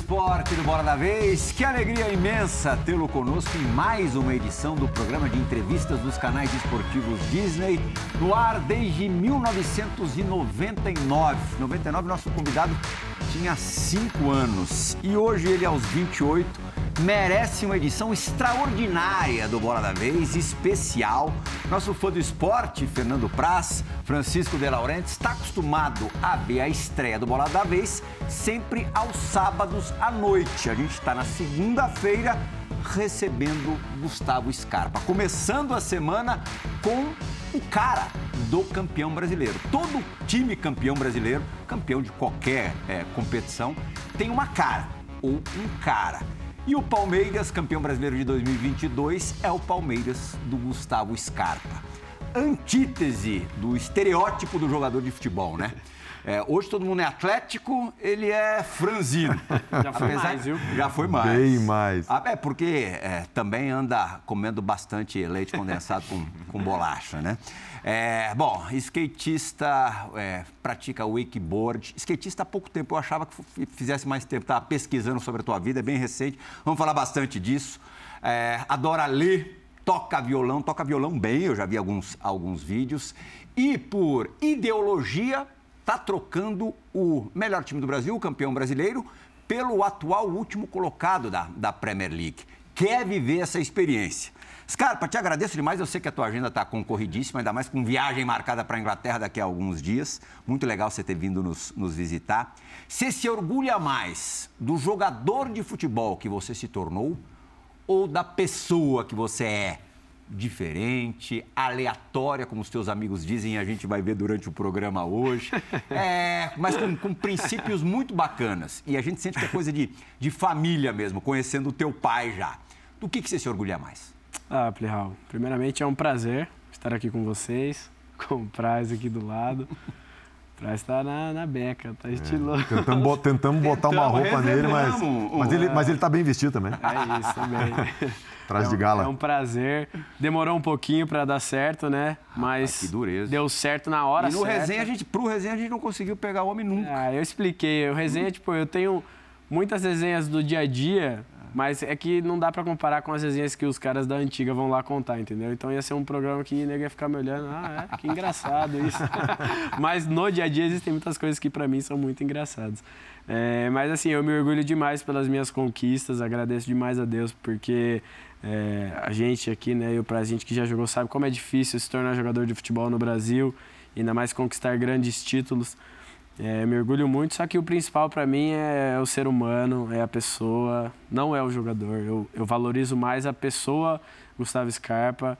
esporte do Bola da Vez. Que alegria imensa tê-lo conosco em mais uma edição do programa de entrevistas dos canais esportivos Disney, no ar desde 1999. 99, nosso convidado tinha 5 anos e hoje ele, aos 28, merece uma edição extraordinária do Bola da Vez, especial. Nosso fã do esporte, Fernando Praz, Francisco de Laurenti, está acostumado a ver a estreia do Bola da Vez sempre aos sábados à noite. A gente está na segunda-feira recebendo Gustavo Scarpa, começando a semana com o cara do campeão brasileiro. Todo time campeão brasileiro, campeão de qualquer competição, tem uma cara ou um cara. E o Palmeiras, campeão brasileiro de 2022, é o Palmeiras do Gustavo Scarpa. Antítese do estereótipo do jogador de futebol, né? Hoje todo mundo é atlético, ele é franzino. Já foi mais, viu? Já foi mais. Bem mais. Porque também anda comendo bastante leite condensado com bolacha, né? Skatista, pratica wakeboard. Skatista há pouco tempo, eu achava que fizesse mais tempo. Estava pesquisando sobre a tua vida, é bem recente. Vamos falar bastante disso. Adora ler, toca violão bem, eu já vi alguns vídeos. E por ideologia, está trocando o melhor time do Brasil, o campeão brasileiro, pelo atual último colocado da Premier League. Quer viver essa experiência. Scarpa, te agradeço demais, eu sei que a tua agenda está concorridíssima, ainda mais com viagem marcada para a Inglaterra daqui a alguns dias. Muito legal você ter vindo nos visitar. Você se orgulha mais do jogador de futebol que você se tornou ou da pessoa que você é? Diferente, aleatória, como os teus amigos dizem, a gente vai ver durante o programa hoje, mas com princípios muito bacanas. E a gente sente que é coisa de família mesmo, conhecendo o teu pai já. Do que você se orgulha mais? Plihal, primeiramente é um prazer estar aqui com vocês, com o Praz aqui do lado. O Praz está na beca, tá estiloso. Tentamos botar uma roupa nele, mas ele está bem vestido também. É isso também. Traz de gala. É um prazer. Demorou um pouquinho para dar certo, né? Mas que dureza. Deu certo na hora certa. E pro resenha a gente não conseguiu pegar o homem nunca. Eu expliquei. O resenha, eu tenho muitas resenhas do dia a dia, mas é que não dá para comparar com as resenhas que os caras da antiga vão lá contar, entendeu? Então ia ser um programa que ninguém ia ficar me olhando. Que engraçado isso. Mas no dia a dia existem muitas coisas que para mim são muito engraçadas. Mas assim, eu me orgulho demais pelas minhas conquistas, agradeço demais a Deus, porque a gente aqui, né, pra gente que já jogou, sabe como é difícil se tornar jogador de futebol no Brasil, ainda mais conquistar grandes títulos. Me orgulho muito, só que o principal para mim é o ser humano, é a pessoa, não é o jogador. Eu valorizo mais a pessoa, Gustavo Scarpa,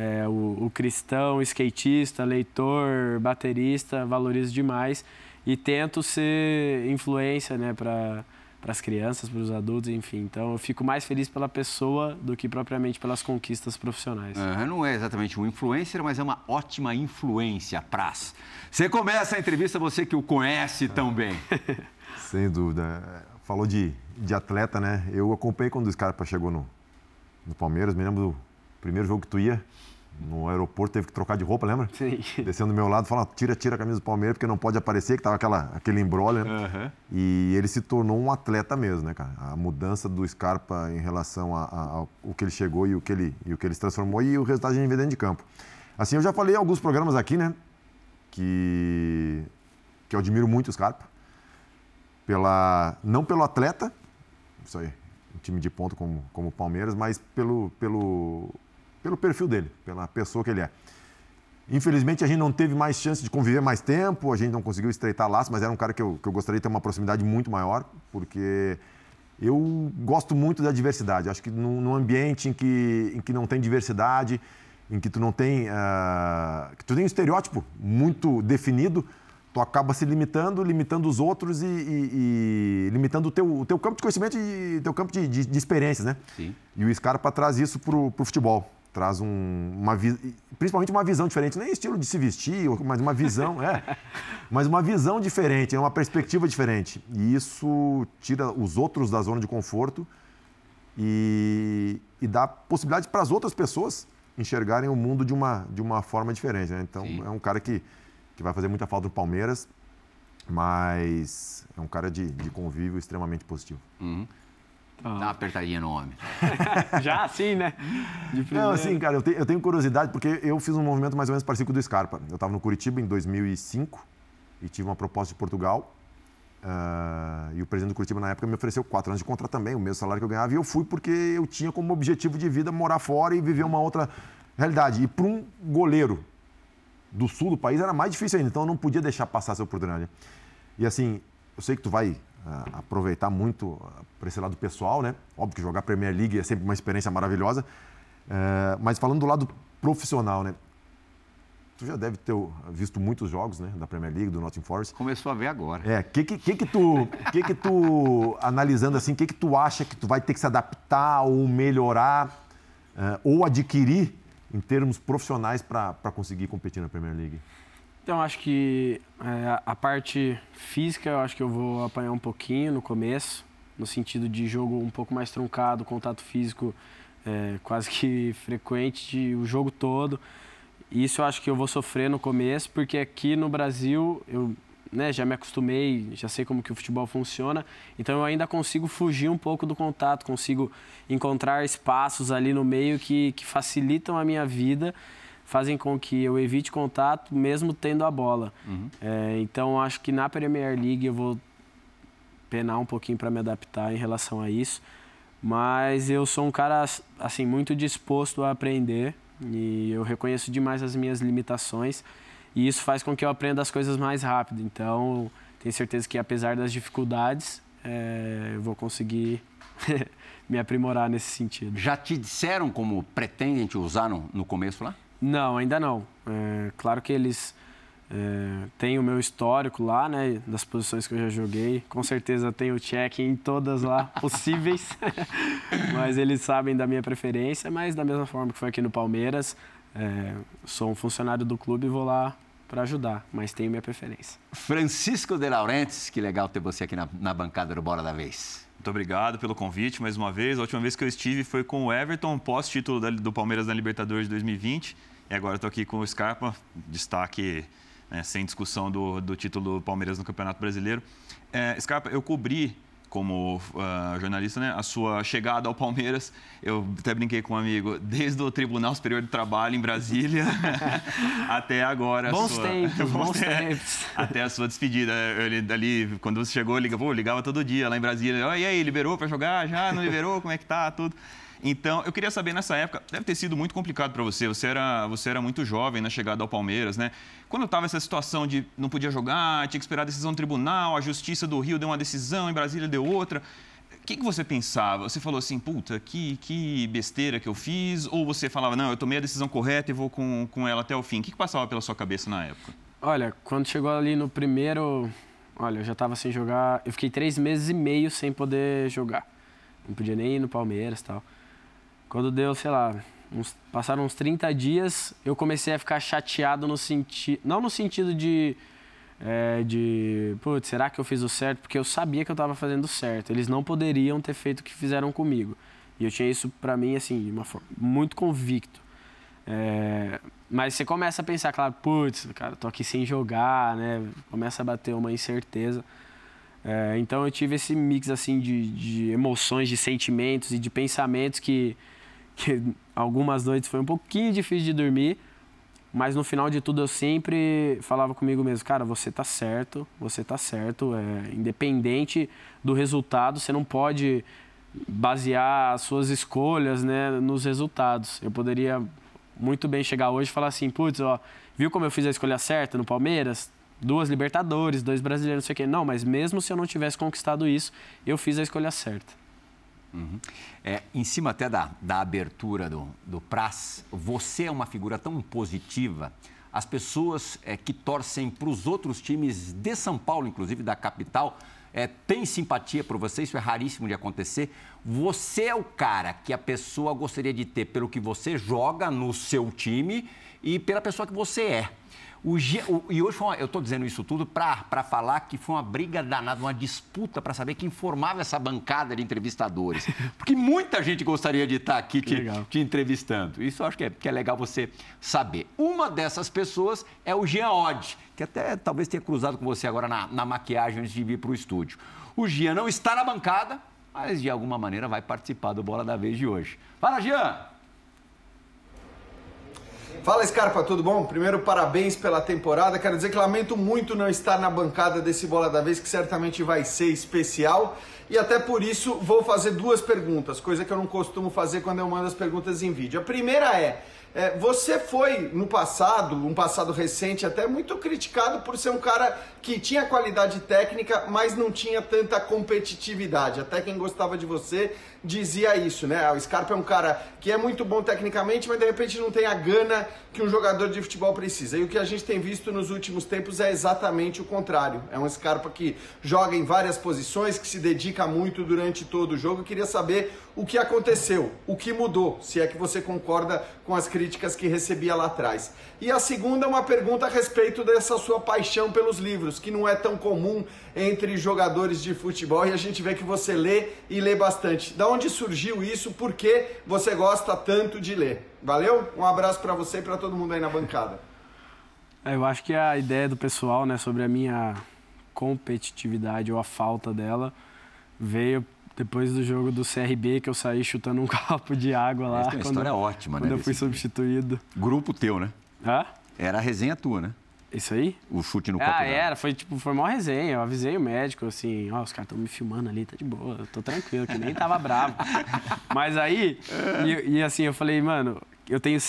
o cristão, skatista, leitor, baterista, valorizo demais e tento ser influência, né, para as crianças, para os adultos, enfim. Então, eu fico mais feliz pela pessoa do que propriamente pelas conquistas profissionais. Não é exatamente um influencer, mas é uma ótima influência, Praz. Você começa a entrevista, você que o conhece tão bem. Sem dúvida. Falou de atleta, né? Eu acompanhei quando o Scarpa chegou no Palmeiras. Me lembro do primeiro jogo que tu ia no aeroporto, teve que trocar de roupa, lembra? Sim. Descendo do meu lado, falando, tira a camisa do Palmeiras, porque não pode aparecer, que tava aquele embrolho, né? Uhum. E ele se tornou um atleta mesmo, né, cara? A mudança do Scarpa em relação ao que ele chegou e o que ele se transformou e o resultado a gente vê dentro de campo. Assim, eu já falei em alguns programas aqui, né, que eu admiro muito o Scarpa, não pelo atleta, isso aí, um time de ponta como o Palmeiras, mas pelo perfil dele, pela pessoa que ele é. Infelizmente, a gente não teve mais chance de conviver mais tempo, a gente não conseguiu estreitar laços, mas era um cara que eu gostaria de ter uma proximidade muito maior, porque eu gosto muito da diversidade. Acho que num ambiente em que não tem diversidade, em que tu não tem... que tu tem um estereótipo muito definido, tu acaba se limitando os outros e limitando o teu campo de conhecimento e teu campo de experiências, né? Sim. E o Scarpa traz isso pro futebol. Traz principalmente uma visão diferente, nem estilo de se vestir, mas uma visão, mas uma visão diferente, uma perspectiva diferente. E isso tira os outros da zona de conforto e dá possibilidade para as outras pessoas enxergarem o mundo de uma forma diferente, né? Então, sim, é um cara que vai fazer muita falta no Palmeiras. Mas é um cara de convívio extremamente positivo. Dá uma apertadinha no homem. Já assim, né? Não, assim, cara, eu tenho curiosidade porque eu fiz um movimento mais ou menos parecido com o do Scarpa. Eu estava no Curitiba em 2005 e tive uma proposta de Portugal. E o presidente do Curitiba, na época, me ofereceu 4 anos de contrato também, o mesmo salário que eu ganhava. E eu fui porque eu tinha como objetivo de vida morar fora e viver uma outra realidade. E para um goleiro do sul do país era mais difícil ainda, então eu não podia deixar passar essa oportunidade. E assim, eu sei que tu vai aproveitar muito para esse lado pessoal, né? Óbvio que jogar Premier League é sempre uma experiência maravilhosa. Mas falando do lado profissional, né? Tu já deve ter visto muitos jogos, né? Da Premier League, do Nottingham Forest. Começou a ver agora. Que tu analisando assim, que tu acha que tu vai ter que se adaptar ou melhorar ou adquirir em termos profissionais para conseguir competir na Premier League? Então, acho que a parte física, eu acho que eu vou apanhar um pouquinho no começo, no sentido de jogo um pouco mais truncado, contato físico quase que frequente o jogo todo. Isso eu acho que eu vou sofrer no começo, porque aqui no Brasil eu já me acostumei, já sei como que o futebol funciona, então eu ainda consigo fugir um pouco do contato, consigo encontrar espaços ali no meio que facilitam a minha vida, fazem com que eu evite contato mesmo tendo a bola. Então acho que na Premier League eu vou penar um pouquinho para me adaptar em relação a isso, mas eu sou um cara assim muito disposto a aprender e eu reconheço demais as minhas limitações e isso faz com que eu aprenda as coisas mais rápido. Então tenho certeza que apesar das dificuldades eu vou conseguir me aprimorar nesse sentido. Já te disseram como pretendem te usar no começo lá? Não, ainda não. Claro que eles têm o meu histórico lá, né, das posições que eu já joguei. Com certeza tenho o check em todas lá possíveis, mas eles sabem da minha preferência, mas da mesma forma que foi aqui no Palmeiras, sou um funcionário do clube e vou lá para ajudar, mas tenho minha preferência. Francisco de Laurentiis, que legal ter você aqui na bancada do Bola da Vez. Muito obrigado pelo convite mais uma vez. A última vez que eu estive foi com o Everton, pós-título do Palmeiras na Libertadores de 2020. E agora estou aqui com o Scarpa, destaque sem discussão do título do Palmeiras no Campeonato Brasileiro. Scarpa, eu cobri como jornalista, né, a sua chegada ao Palmeiras. Eu até brinquei com um amigo, desde o Tribunal Superior do Trabalho em Brasília até agora. Bons tempos. Até a sua despedida. Ele, ali, quando você chegou, ligava todo dia lá em Brasília. E aí, liberou para jogar? Já não liberou? Como é que tá? Tudo. Então, eu queria saber, nessa época, deve ter sido muito complicado para você. Você era muito jovem na chegada ao Palmeiras, né? Quando estava essa situação de não podia jogar, tinha que esperar a decisão do tribunal, a Justiça do Rio deu uma decisão, em Brasília deu outra. O que você pensava? Você falou assim, puta, que besteira que eu fiz? Ou você falava, não, eu tomei a decisão correta e vou com ela até o fim? O que passava pela sua cabeça na época? Olha, quando chegou ali no primeiro... Olha, eu já estava sem jogar... Eu fiquei 3 meses e meio sem poder jogar. Não podia nem ir no Palmeiras e tal. Quando deu, sei lá, passaram uns 30 dias, eu comecei a ficar chateado no sentido... Não no sentido de putz, será que eu fiz o certo? Porque eu sabia que eu estava fazendo certo. Eles não poderiam ter feito o que fizeram comigo. E eu tinha isso para mim, assim, de uma forma muito convicto. Mas você começa a pensar, claro, putz, cara, tô aqui sem jogar, né? Começa a bater uma incerteza. Então eu tive esse mix, assim, de emoções, de sentimentos e de pensamentos que algumas noites foi um pouquinho difícil de dormir, mas no final de tudo eu sempre falava comigo mesmo, cara, você tá certo, independente do resultado, você não pode basear as suas escolhas, né, nos resultados. Eu poderia muito bem chegar hoje e falar assim, putz, ó, viu como eu fiz a escolha certa no Palmeiras? 2 Libertadores, 2 brasileiros, não sei o quê. Não, mas mesmo se eu não tivesse conquistado isso, eu fiz a escolha certa. Uhum. Em cima até da abertura do Praz, você é uma figura tão positiva, as pessoas que torcem para os outros times de São Paulo, inclusive da capital, têm simpatia por você, isso é raríssimo de acontecer. Você é o cara que a pessoa gostaria de ter pelo que você joga no seu time e pela pessoa que você é. E hoje eu estou dizendo isso tudo para falar que foi uma briga danada, uma disputa para saber quem formava essa bancada de entrevistadores. Porque muita gente gostaria de estar aqui te entrevistando. Isso eu acho que é legal você saber. Uma dessas pessoas é o Jean Oddi, que até talvez tenha cruzado com você agora na maquiagem antes de vir para o estúdio. O Jean não está na bancada, mas de alguma maneira vai participar do Bola da Vez de hoje. Fala, Jean! Fala, Scarpa, tudo bom? Primeiro, parabéns pela temporada. Quero dizer que lamento muito não estar na bancada desse Bola da Vez, que certamente vai ser especial. E até por isso vou fazer 2 perguntas, coisa que eu não costumo fazer quando eu mando as perguntas em vídeo. A primeira você foi no passado, um passado recente, até muito criticado por ser um cara que tinha qualidade técnica, mas não tinha tanta competitividade. Até quem gostava de você dizia isso, né? O Scarpa é um cara que é muito bom tecnicamente, mas de repente não tem a gana que um jogador de futebol precisa. E o que a gente tem visto nos últimos tempos é exatamente o contrário. É um Scarpa que joga em várias posições, que se dedica muito durante todo o jogo. Eu queria saber o que aconteceu, o que mudou, se é que você concorda com as críticas que recebia lá atrás. E a segunda é uma pergunta a respeito dessa sua paixão pelos livros, que não é tão comum entre jogadores de futebol, e a gente vê que você lê e lê bastante. Da onde surgiu isso? Por que você gosta tanto de ler? Valeu? Um abraço para você e para todo mundo aí na bancada. Eu acho que a ideia do pessoal, né, sobre a minha competitividade ou a falta dela veio depois do jogo do CRB, que eu saí chutando um copo de água lá. Essa é uma história ótima, né? Quando eu fui substituído. Grupo teu, né? Hã? Era a resenha tua, né? Isso aí? O chute no copo. Foi uma resenha. Eu avisei o médico, assim, os caras estão me filmando ali, tá de boa, eu tô tranquilo, que nem tava bravo. Mas aí, assim, eu falei, mano, eu tenho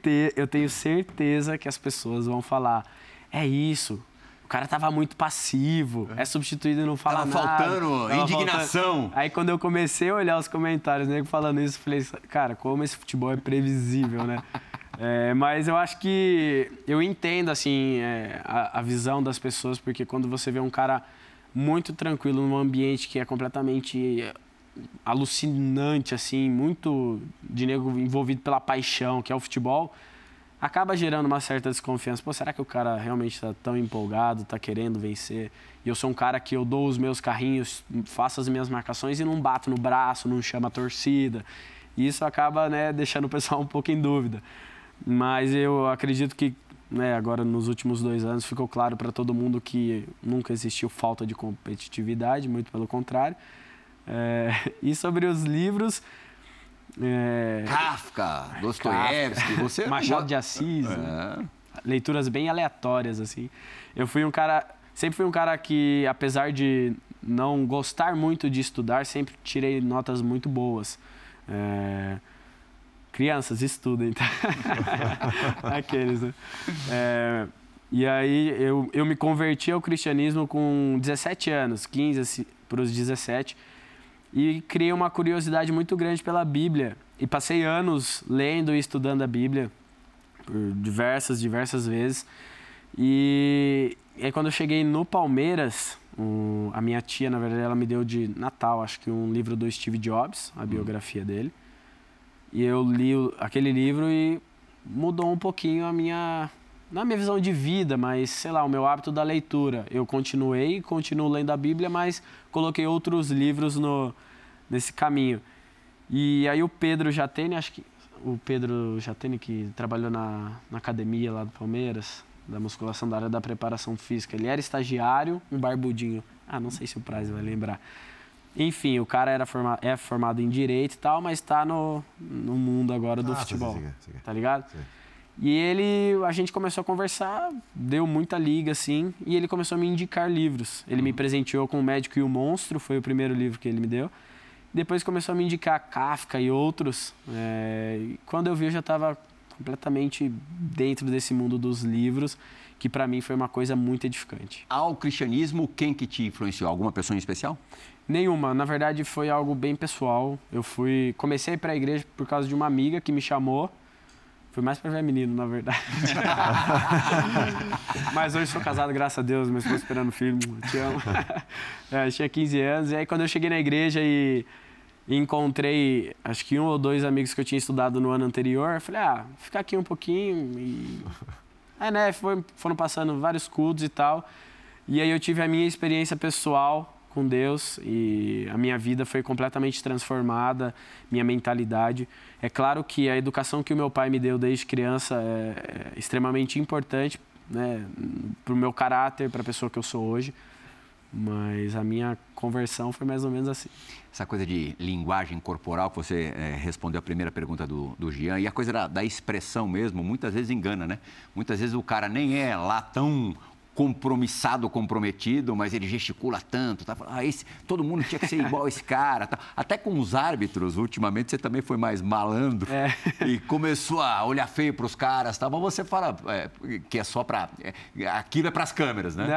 certeza que as pessoas vão falar, é isso. O cara tava muito passivo, é substituído e não fala nada. Tava indignação. Aí quando eu comecei a olhar os comentários, nego falando isso, eu falei, cara, como esse futebol é previsível, né? Mas eu acho que eu entendo, assim, a visão das pessoas, porque quando você vê um cara muito tranquilo num ambiente que é completamente alucinante, assim, muito de nego envolvido pela paixão, que é o futebol, acaba gerando uma certa desconfiança. Pô, será que o cara realmente está tão empolgado, está querendo vencer? E eu sou um cara que eu dou os meus carrinhos, faço as minhas marcações e não bato no braço, não chamo a torcida. E isso acaba, né, deixando o pessoal um pouco em dúvida. Mas eu acredito que, né, agora nos últimos 2 anos ficou claro para todo mundo que nunca existiu falta de competitividade, muito pelo contrário. E sobre os livros... Kafka, Dostoiévski, você... Machado de Assis, né? Leituras bem aleatórias, assim. Sempre fui um cara que, apesar de não gostar muito de estudar, sempre tirei notas muito boas. Crianças, estudem, tá? Aqueles, né? E aí eu me converti ao cristianismo com 17 anos, 15 para os 17, e criei uma curiosidade muito grande pela Bíblia. E passei anos lendo e estudando a Bíblia por diversas vezes. E aí quando eu cheguei no Palmeiras, a minha tia, na verdade, ela me deu de Natal, acho que um livro do Steve Jobs, a biografia dele. E eu li aquele livro e mudou um pouquinho não a minha visão de vida, mas, sei lá, o meu hábito da leitura. Eu continuo lendo a Bíblia, mas coloquei outros livros nesse caminho. E aí o Pedro Jatene, acho que o Pedro Jatene, que trabalhou na academia lá do Palmeiras, da musculação, da área da preparação física, ele era estagiário, um barbudinho. Não sei se o Praz vai lembrar. Enfim, o cara é formado em Direito e tal, mas está no mundo agora do futebol, tá ligado? Sim. E a gente começou a conversar, deu muita liga, assim, e ele começou a me indicar livros. Ele me presenteou com O Médico e o Monstro, foi o primeiro livro que ele me deu. Depois começou a me indicar Kafka e outros. E quando eu vi, eu já estava completamente dentro desse mundo dos livros, que para mim foi uma coisa muito edificante. Ao cristianismo, quem que te influenciou? Alguma pessoa em especial? Nenhuma. Na verdade, foi algo bem pessoal. Comecei a ir para a igreja por causa de uma amiga que me chamou. Fui mais para ver menino, na verdade. Mas hoje sou casado, graças a Deus, mas estou esperando filho, te amo. Eu tinha 15 anos, e aí quando eu cheguei na igreja e encontrei, acho que 1 ou 2 amigos que eu tinha estudado no ano anterior, eu falei, ficar aqui um pouquinho e... né, foram passando vários cultos e tal. E aí eu tive a minha experiência pessoal com Deus e a minha vida foi completamente transformada, minha mentalidade. É claro que a educação que o meu pai me deu desde criança é extremamente importante, né, para o meu caráter, para a pessoa que eu sou hoje. Mas a minha conversão foi mais ou menos assim. Essa coisa de linguagem corporal, que você respondeu a primeira pergunta do Jean, e a coisa da expressão mesmo, muitas vezes engana, né? Muitas vezes o cara nem é lá tão compromissado, comprometido, mas ele gesticula tanto, tá? Todo mundo tinha que ser igual a esse cara. Tá? Até com os árbitros, ultimamente, você também foi mais malandro e começou a olhar feio para os caras, tá? Mas você fala que é só para... aquilo é para as câmeras, né?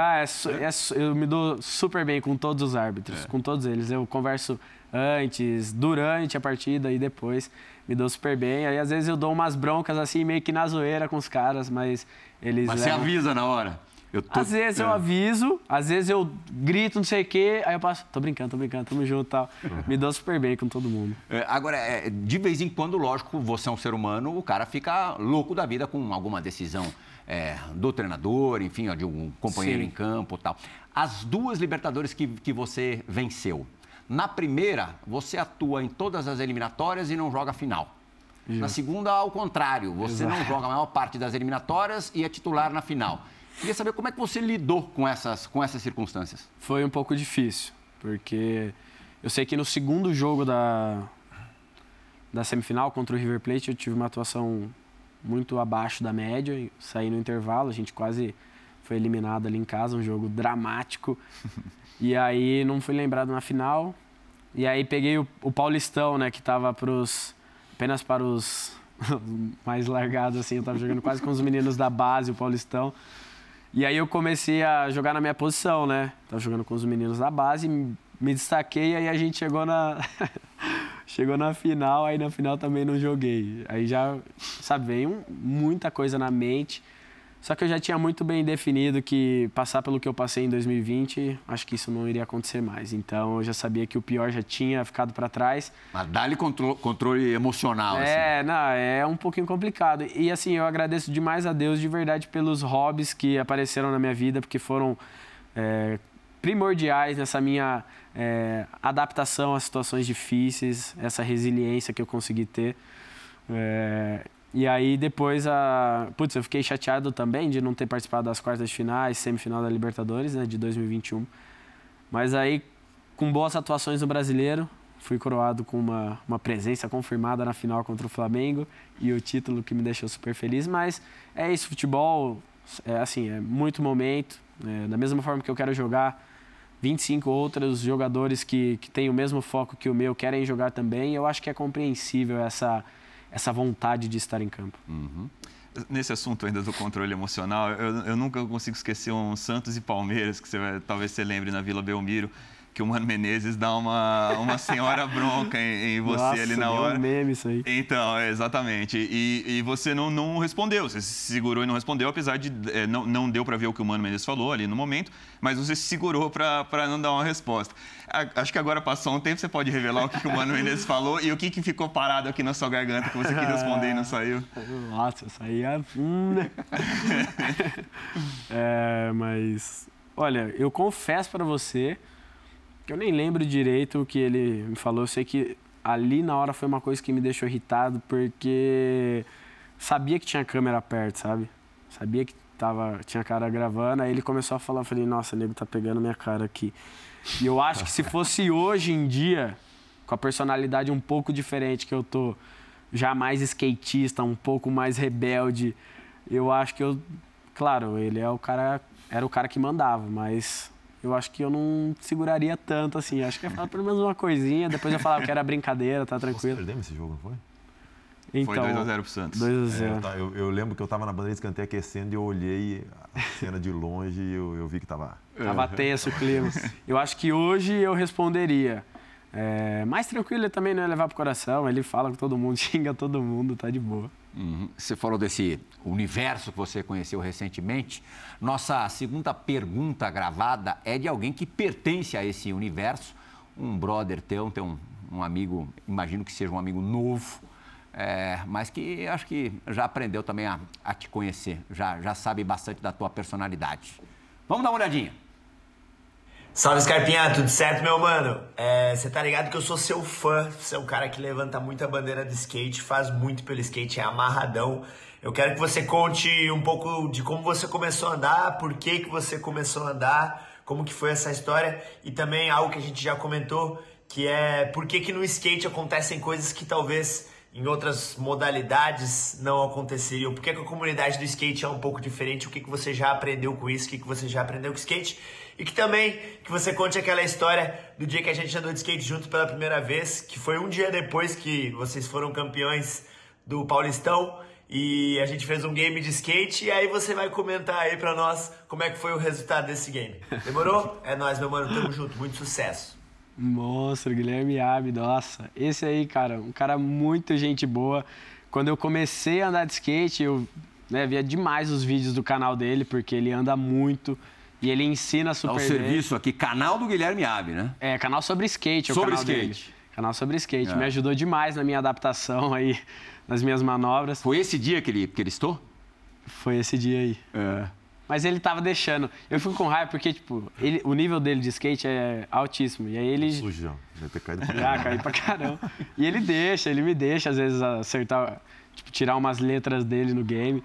Eu me dou super bem com todos os árbitros, com todos eles. Eu converso antes, durante a partida e depois. Me dou super bem. Aí, às vezes, eu dou umas broncas assim, meio que na zoeira com os caras, mas eles... Mas você avisa na hora? Às vezes eu aviso, às vezes eu grito, não sei o quê, aí eu passo, tô brincando, tamo junto e tal. Me dou super bem com todo mundo. Agora, de vez em quando, lógico, você é um ser humano, o cara fica louco da vida com alguma decisão do treinador, enfim, de um companheiro em campo e tal. As 2 Libertadores que você venceu, na primeira, você atua em todas as eliminatórias e não joga a final. Isso. Na segunda, ao contrário, você não joga a maior parte das eliminatórias e é titular na final. Queria saber como é que você lidou com essas circunstâncias. Foi um pouco difícil, porque eu sei que no segundo jogo da semifinal contra o River Plate eu tive uma atuação muito abaixo da média, saí no intervalo, a gente quase foi eliminado ali em casa, um jogo dramático. E aí não fui lembrado na final. E aí peguei o Paulistão, né, que estava apenas para os mais largados, assim, eu estava jogando quase com os meninos da base, o Paulistão. E aí eu comecei a jogar na minha posição, né? Tava jogando com os meninos da base, me destaquei, aí a gente chegou na final, aí na final também não joguei. Aí já, sabe, veio muita coisa na mente. Só que eu já tinha muito bem definido que passar pelo que eu passei em 2020, acho que isso não iria acontecer mais. Então eu já sabia que o pior já tinha ficado para trás. Mas dá-lhe controle emocional, assim. Não, é um pouquinho complicado. E assim, eu agradeço demais a Deus de verdade pelos hobbies que apareceram na minha vida, porque foram primordiais nessa minha adaptação a situações difíceis, essa resiliência que eu consegui ter. E aí depois, eu fiquei chateado também de não ter participado das quartas de finais, semifinal da Libertadores, né, de 2021. Mas aí, com boas atuações no Brasileiro, fui coroado com uma presença confirmada na final contra o Flamengo e o título que me deixou super feliz. Mas é isso, futebol é muito momento. Da mesma forma que eu quero jogar, 25 outros jogadores que têm o mesmo foco que o meu querem jogar também. Eu acho que é compreensível essa vontade de estar em campo. Uhum. Nesse assunto ainda do controle emocional, eu nunca consigo esquecer um Santos e Palmeiras, que talvez você lembre na Vila Belmiro, que o Mano Menezes dá uma senhora bronca em você. Nossa, ali na hora. Um meme isso aí. Então, exatamente. E você não respondeu, você se segurou e não respondeu, apesar de não deu para ver o que o Mano Menezes falou ali no momento, mas você se segurou para não dar uma resposta. Acho que agora passou um tempo, você pode revelar o que o Mano Menezes falou e o que ficou parado aqui na sua garganta que você queria responder e não saiu. Nossa, isso aí mas, olha, eu confesso para você que eu nem lembro direito o que ele me falou. Eu sei que ali na hora foi uma coisa que me deixou irritado, porque sabia que tinha câmera perto, sabe? Sabia que tinha cara gravando, aí ele começou a falar, eu falei, nossa, o nego tá pegando minha cara aqui. E eu acho que se fosse hoje em dia, com a personalidade um pouco diferente, que eu tô já mais skatista, um pouco mais rebelde, eu acho que claro, ele era o cara que mandava, mas eu acho que eu não seguraria tanto, assim. Acho que ia falar pelo menos uma coisinha, depois eu falava que era brincadeira, tá tranquilo. Nós perdemos esse jogo, não foi? Então, foi 2-0 pro Santos. 2-0. Eu lembro que eu tava na bandeira de escanteio aquecendo e eu olhei a cena de longe e eu vi que tava... Tava tenso o clima. Eu acho que hoje eu responderia. Mais tranquilo, ele também não ia levar pro coração, ele fala com todo mundo, xinga todo mundo, tá de boa. Uhum. Você falou desse universo que você conheceu recentemente. Nossa segunda pergunta gravada é de alguém que pertence a esse universo. Um brother teu, tem um amigo, imagino que seja um amigo novo. mas que acho que já aprendeu também a te conhecer, já sabe bastante da tua personalidade. Vamos dar uma olhadinha. Salve, Scarpinha, tudo certo, meu mano? Você tá ligado que eu sou seu fã, você é um cara que levanta muita bandeira de skate, faz muito pelo skate, é amarradão. Eu quero que você conte um pouco de como você começou a andar, por que você começou a andar, como que foi essa história e também algo que a gente já comentou, que é por que no skate acontecem coisas que talvez em outras modalidades não aconteceriam. Por que a comunidade do skate é um pouco diferente? O que você já aprendeu com isso? O que você já aprendeu com skate? E que também que você conte aquela história do dia que a gente andou de skate junto pela primeira vez, que foi um dia depois que vocês foram campeões do Paulistão e a gente fez um game de skate, e aí você vai comentar aí pra nós como é que foi o resultado desse game. Demorou? É nóis, meu mano. Tamo junto. Muito sucesso. Monstro, Guilherme Abbe, nossa. Esse aí, cara, um cara muito gente boa. Quando eu comecei a andar de skate, eu via demais os vídeos do canal dele, porque ele anda muito e ele ensina super bem. O serviço aqui, canal do Guilherme Abbe, né? Canal sobre skate, sobre o canal skate. dele. Canal sobre skate. Me ajudou demais na minha adaptação aí, nas minhas manobras. Foi esse dia que ele estou? Foi esse dia aí. Mas ele tava deixando. Eu fico com raiva porque, tipo, o nível dele de skate é altíssimo. E aí ele... Sujão. Deve ter caído pra caí pra caramba. E ele me deixa, às vezes, acertar, tipo, tirar umas letras dele no game.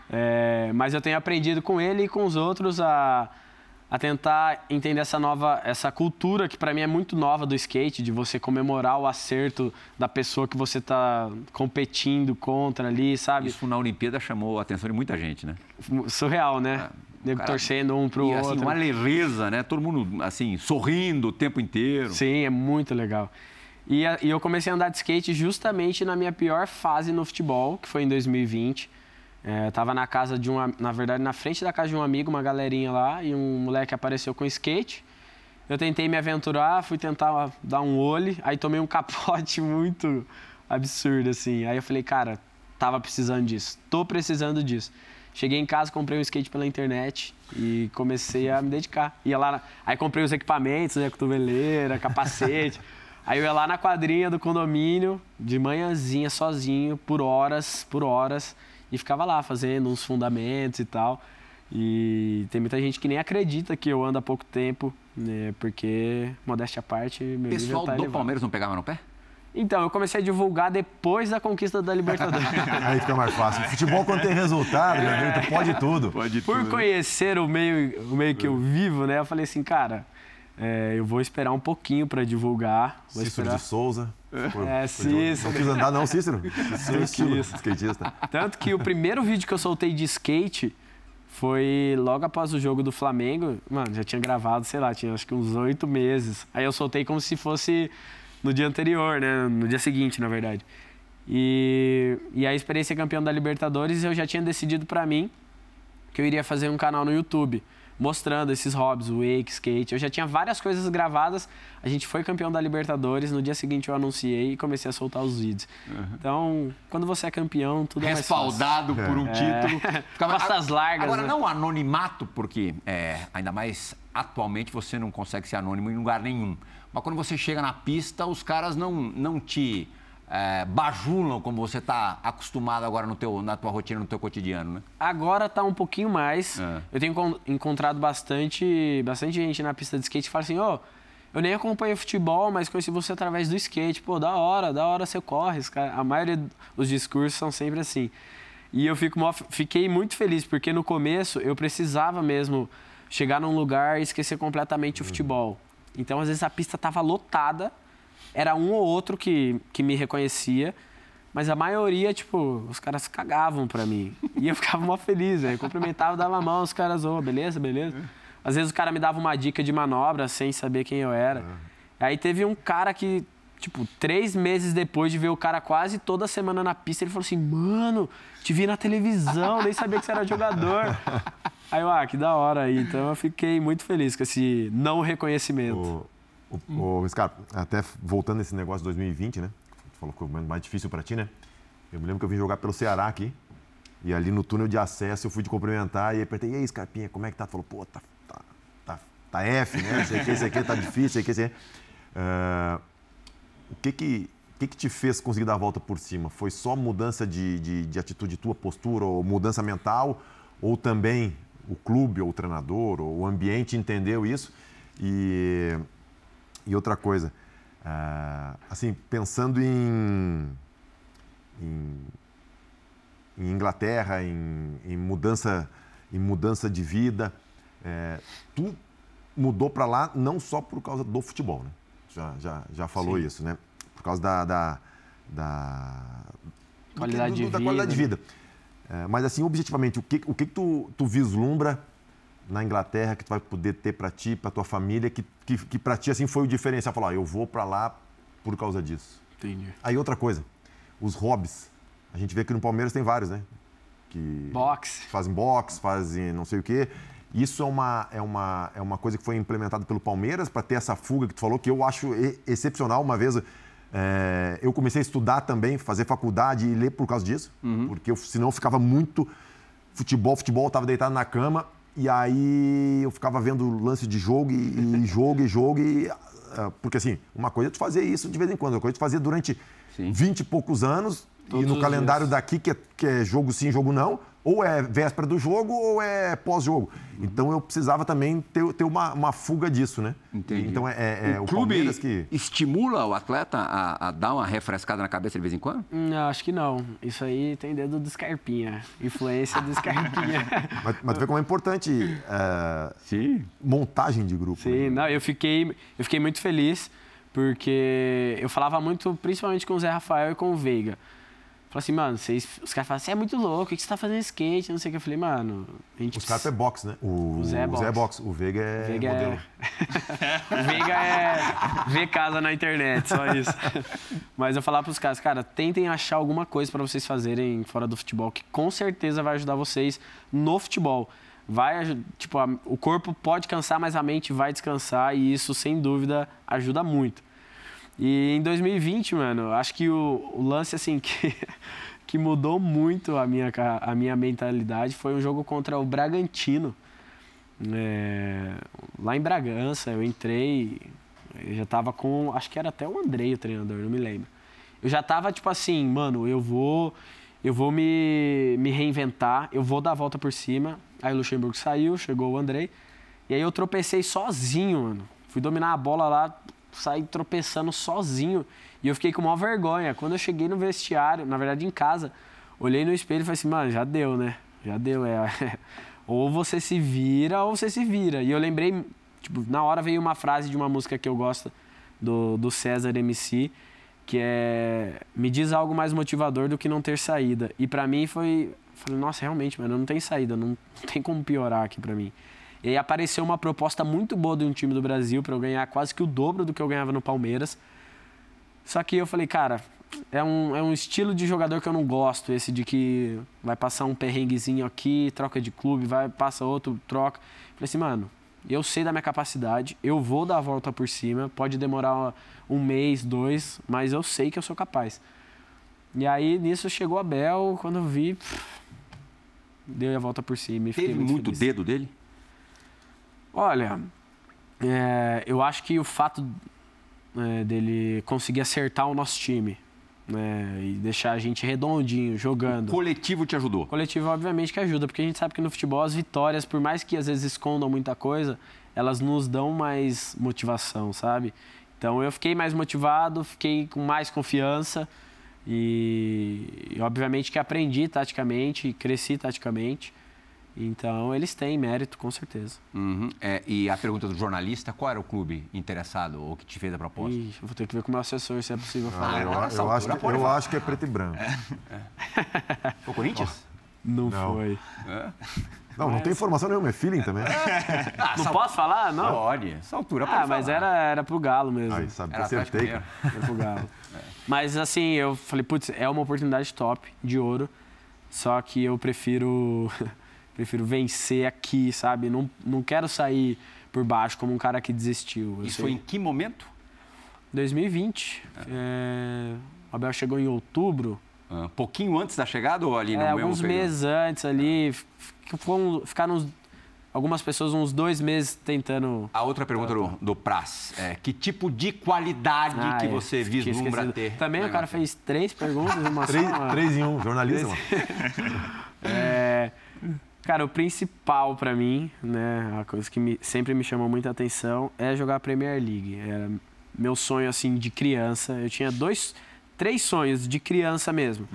Mas eu tenho aprendido com ele e com os outros a tentar entender essa cultura que pra mim é muito nova do skate, de você comemorar o acerto da pessoa que você tá competindo contra ali, sabe? Isso na Olimpíada chamou a atenção de muita gente, né? Surreal, né? Nego torcendo um pro outro. Assim, uma leveza, né? Todo mundo, assim, sorrindo o tempo inteiro. Sim, é muito legal. E eu comecei a andar de skate justamente na minha pior fase no futebol, que foi em 2020. Tava na casa na verdade, na frente da casa de um amigo, uma galerinha lá, e um moleque apareceu com skate. Eu tentei me aventurar, fui tentar dar um olho, aí tomei um capote muito absurdo, assim. Aí eu falei, cara, tava precisando disso, tô precisando disso. Cheguei em casa, comprei um skate pela internet e comecei a me dedicar. Ia lá, aí comprei os equipamentos, né, cotoveleira, capacete. Aí eu ia lá na quadrinha do condomínio, de manhãzinha, sozinho, por horas, e ficava lá fazendo uns fundamentos e tal. E tem muita gente que nem acredita que eu ando há pouco tempo, né, porque, modéstia à parte, meu nível tá elevado. O pessoal do Palmeiras não pegava no pé? Então, eu comecei a divulgar depois da conquista da Libertadores. Aí fica mais fácil. Futebol, quando tem resultado, tu pode tudo. Por conhecer o meio que eu vivo, né, eu falei assim, cara, eu vou esperar um pouquinho para divulgar. Cícero de Souza. Cícero. Não quis andar não, Cícero? Seu estilo, skatista. Tanto que o primeiro vídeo que eu soltei de skate foi logo após o jogo do Flamengo. Mano, já tinha gravado, sei lá, tinha acho que uns 8 meses. Aí eu soltei como se fosse no dia anterior, né? No dia seguinte, na verdade. E aí esperei ser campeão da Libertadores e eu já tinha decidido pra mim que eu iria fazer um canal no YouTube mostrando esses hobbies, o wake, skate. Eu já tinha várias coisas gravadas. A gente foi campeão da Libertadores. No dia seguinte eu anunciei e comecei a soltar os vídeos. Então, quando você é campeão, tudo é mais fácil. Respaldado por um título. Costas largas. Agora, né? não anonimato, porque ainda mais atualmente você não consegue ser anônimo em lugar nenhum. Mas quando você chega na pista, os caras não te bajulam como você está acostumado agora na tua rotina, no teu cotidiano, né? Agora tá um pouquinho mais. Eu tenho encontrado bastante gente na pista de skate que fala assim, eu nem acompanho futebol, mas conheci você através do skate. Pô, da hora você corre. A maioria dos discursos são sempre assim. E eu fiquei muito feliz, porque no começo eu precisava mesmo chegar num lugar e esquecer completamente o futebol. Então, às vezes, a pista tava lotada, era um ou outro que me reconhecia, mas a maioria, tipo, os caras cagavam pra mim. E eu ficava mó feliz, eu cumprimentava, dava a mão, os caras, beleza. Às vezes o cara me dava uma dica de manobra sem saber quem eu era. Aí teve um cara que, tipo, 3 meses depois de ver o cara quase toda semana na pista, ele falou assim, mano, te vi na televisão, nem sabia que você era jogador. Aí eu, que da hora aí. Então eu fiquei muito feliz com esse não reconhecimento. Scarpa, até voltando nesse negócio de 2020, né? Tu falou que foi o momento mais difícil pra ti, né? Eu me lembro que eu vim jogar pelo Ceará aqui. E ali no túnel de acesso eu fui te cumprimentar e apertei, e aí, Scarpinha, como é que tá? Tu falou, pô, tá F, né? Sei que tá difícil, sei que. O que que te fez conseguir dar a volta por cima? Foi só mudança de atitude tua, postura, ou mudança mental? Ou também o clube, ou o treinador, ou o ambiente entendeu isso? E outra coisa, assim, pensando em Inglaterra, em mudança de vida, tu mudou para lá não só por causa do futebol, né? Já falou isso, né? Por causa da qualidade de vida. Mas assim, objetivamente, o que tu vislumbra na Inglaterra que tu vai poder ter para ti, para tua família, que para ti assim foi o diferencial? Falar, eu vou para lá por causa disso. Entendi. Aí outra coisa, os hobbies. A gente vê que no Palmeiras tem vários, né? Que fazem boxe, fazem não sei o quê. Isso é uma coisa que foi implementada pelo Palmeiras para ter essa fuga que tu falou, que eu acho excepcional. Uma vez eu comecei a estudar também, fazer faculdade e ler por causa disso, porque senão eu ficava muito futebol, eu estava deitado na cama e aí eu ficava vendo lance de jogo porque assim, uma coisa é tu fazer isso de vez em quando, outra coisa é tu fazer durante 20 e poucos anos. Todos e no calendário daqui, que é jogo sim, jogo não, ou é véspera do jogo ou é pós-jogo. Então eu precisava também ter uma fuga disso, né? Entendi. Então o clube Palmeiras que estimula o atleta a dar uma refrescada na cabeça de vez em quando? Não, acho que não. Isso aí tem dedo do Scarpinha, influência do Scarpinha. Mas tu vê como é importante montagem de grupo. Sim, né? não, eu fiquei muito feliz, porque eu falava muito, principalmente com o Zé Rafael e com o Veiga. Falei assim, mano, os caras falam, você é muito louco, o que você tá fazendo skate? Não sei o que. Eu falei, mano, a gente... Os caras é boxe, né? O Zé é boxe. O Veiga é modelo. O Veiga é ver casa na internet, só isso. Mas eu falava pros caras, cara, tentem achar alguma coisa pra vocês fazerem fora do futebol, que com certeza vai ajudar vocês no futebol. O corpo pode cansar, mas a mente vai descansar e isso, sem dúvida, ajuda muito. E em 2020, mano, acho que o lance, assim, que mudou muito a minha mentalidade foi um jogo contra o Bragantino. Lá em Bragança, eu entrei, eu já tava com, acho que era até o Andrei, o treinador, não me lembro. Eu já tava, tipo assim, mano, eu vou me reinventar, eu vou dar a volta por cima. Aí o Luxemburgo saiu, chegou o Andrei, e aí eu tropecei sozinho, mano. Fui dominar a bola lá, saí tropeçando sozinho e eu fiquei com maior vergonha. Quando eu cheguei no vestiário, na verdade em casa, olhei no espelho e falei assim, mano, já deu, né? Já deu, ou você se vira ou você se vira. E eu lembrei, tipo, na hora veio uma frase de uma música que eu gosto, do César MC, que é, me diz algo mais motivador do que não ter saída. E pra mim falei, nossa, realmente, mano, não tem saída, não tem como piorar aqui pra mim. E aí apareceu uma proposta muito boa de um time do Brasil para eu ganhar quase que o dobro do que eu ganhava no Palmeiras. Só que eu falei, cara, é um estilo de jogador que eu não gosto, esse de que vai passar um perrenguezinho aqui, troca de clube, passa outro, troca. Falei assim, mano, eu sei da minha capacidade, eu vou dar a volta por cima, pode demorar um mês, 2, mas eu sei que eu sou capaz. E aí, nisso, chegou a Abel, quando eu vi, dei a volta por cima e fiquei muito feliz. Dedo dele? Olha, eu acho que o fato dele conseguir acertar o nosso time, né, e deixar a gente redondinho, jogando. O coletivo te ajudou? O coletivo, obviamente, que ajuda, porque a gente sabe que no futebol as vitórias, por mais que às vezes escondam muita coisa, elas nos dão mais motivação, sabe? Então eu fiquei mais motivado, fiquei com mais confiança e obviamente que aprendi taticamente, cresci taticamente. Então, eles têm mérito, com certeza. Uhum. E a pergunta do jornalista, qual era o clube interessado ou que te fez a proposta? Eu vou ter que ver com o meu assessor se é possível falar. Eu acho que é preto e branco. Foi o Corinthians? Não foi. Não tem informação nenhuma, é feeling também. Não posso falar? Não? Pode. Essa altura pode mas falar. era pro Galo mesmo. Aí, sabe, era acertei. Era pro Galo. Mas, assim, eu falei, putz, é uma oportunidade top, de ouro, só que eu prefiro vencer aqui, sabe? Não quero sair por baixo como um cara que desistiu. Isso foi em que momento? 2020. O Abel chegou em outubro. Um pouquinho antes da chegada ou ali no mesmo alguns período? meses antes ali. Ficaram algumas pessoas uns 2 meses tentando... A outra pergunta do Praz é que tipo de qualidade que você vislumbra ter? Também o cara fez 3 perguntas, uma só. 3 em 1, jornalista, mano. Cara, o principal pra mim, né, a coisa que sempre me chamou muita atenção é jogar a Premier League. Era meu sonho, assim, de criança. Eu tinha 3 sonhos de criança mesmo.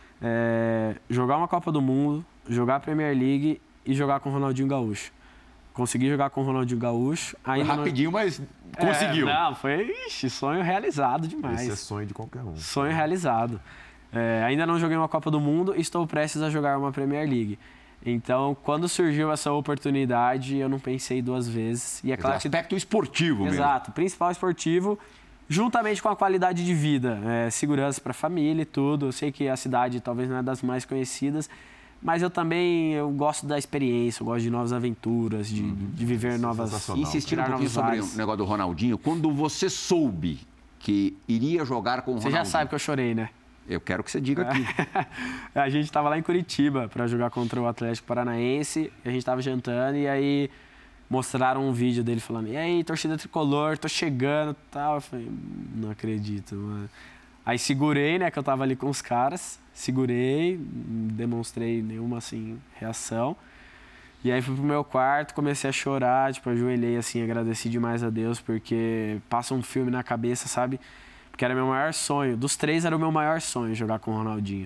Jogar uma Copa do Mundo, jogar a Premier League e jogar com o Ronaldinho Gaúcho. Consegui jogar com o Ronaldinho Gaúcho. Ainda rapidinho, mas conseguiu. Não, foi sonho realizado demais. Esse é sonho de qualquer um. Sonho realizado. Ainda não joguei uma Copa do Mundo e estou prestes a jogar uma Premier League. Então, quando surgiu essa oportunidade, eu não pensei 2 vezes. E é claro que... aspecto esportivo mesmo. Exato, principal esportivo, juntamente com a qualidade de vida, segurança para a família e tudo. Eu sei que a cidade talvez não é das mais conhecidas, mas eu gosto da experiência, eu gosto de novas aventuras, de viver novas... Insistindo um pouquinho sobre o negócio do Ronaldinho, quando você soube que iria jogar com o Ronaldinho... Você já sabe que eu chorei, né? Eu quero que você diga aqui. A gente estava lá em Curitiba para jogar contra o Atlético Paranaense, a gente estava jantando e aí mostraram um vídeo dele falando: e aí, torcida tricolor, tô chegando e tal. Eu falei: não acredito, mano. Aí segurei, né, que eu tava ali com os caras, segurei, não demonstrei nenhuma, assim, reação. E aí fui pro meu quarto, comecei a chorar, tipo, ajoelhei, assim, agradeci demais a Deus, porque passa um filme na cabeça, sabe? Que era meu maior sonho. Dos 3 era o meu maior sonho, jogar com o Ronaldinho.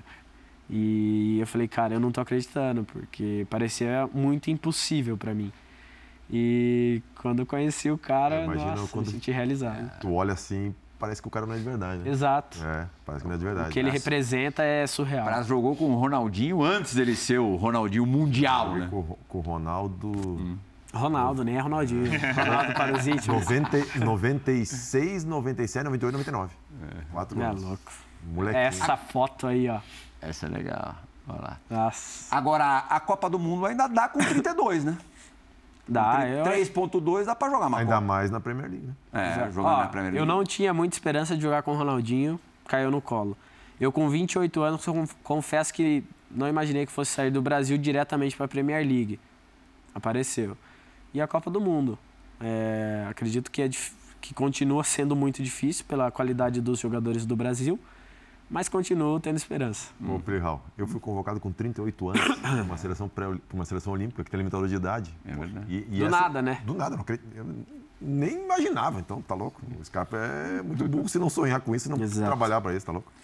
E eu falei, cara, eu não tô acreditando, porque parecia muito impossível pra mim. E quando eu conheci o cara, nossa, me senti realizado. Tu olha assim, parece que o cara não é de verdade, né? Exato. Parece que não é de verdade. O que ele representa é surreal. Praz jogou com o Ronaldinho antes dele ser o Ronaldinho mundial, né? Com o Ronaldo... Ronaldo, nem é Ronaldinho. Ronaldo para os íntimos. 96, 97, 98, 99. 4 anos. É louco. Molequinho. Essa foto aí, ó. Essa é legal. Olha lá. Nossa. Agora, a Copa do Mundo ainda dá com 32, né? Dá. 3.2 dá pra jogar uma Ainda Copa. mais na Premier League, né? Jogando na Premier League. Eu não tinha muita esperança de jogar com o Ronaldinho, caiu no colo. Eu, com 28 anos, confesso que não imaginei que fosse sair do Brasil diretamente para a Premier League. Apareceu. E a Copa do Mundo. Acredito que continua sendo muito difícil pela qualidade dos jogadores do Brasil, mas continuo tendo esperança. Ô, Plihal, eu fui convocado com 38 anos para uma seleção olímpica que tem limitador de idade. É verdade. Do nada, né? Do nada, eu nem imaginava, então tá louco. O Scarpa é muito burro se não sonhar com isso, se não trabalhar para isso, tá louco?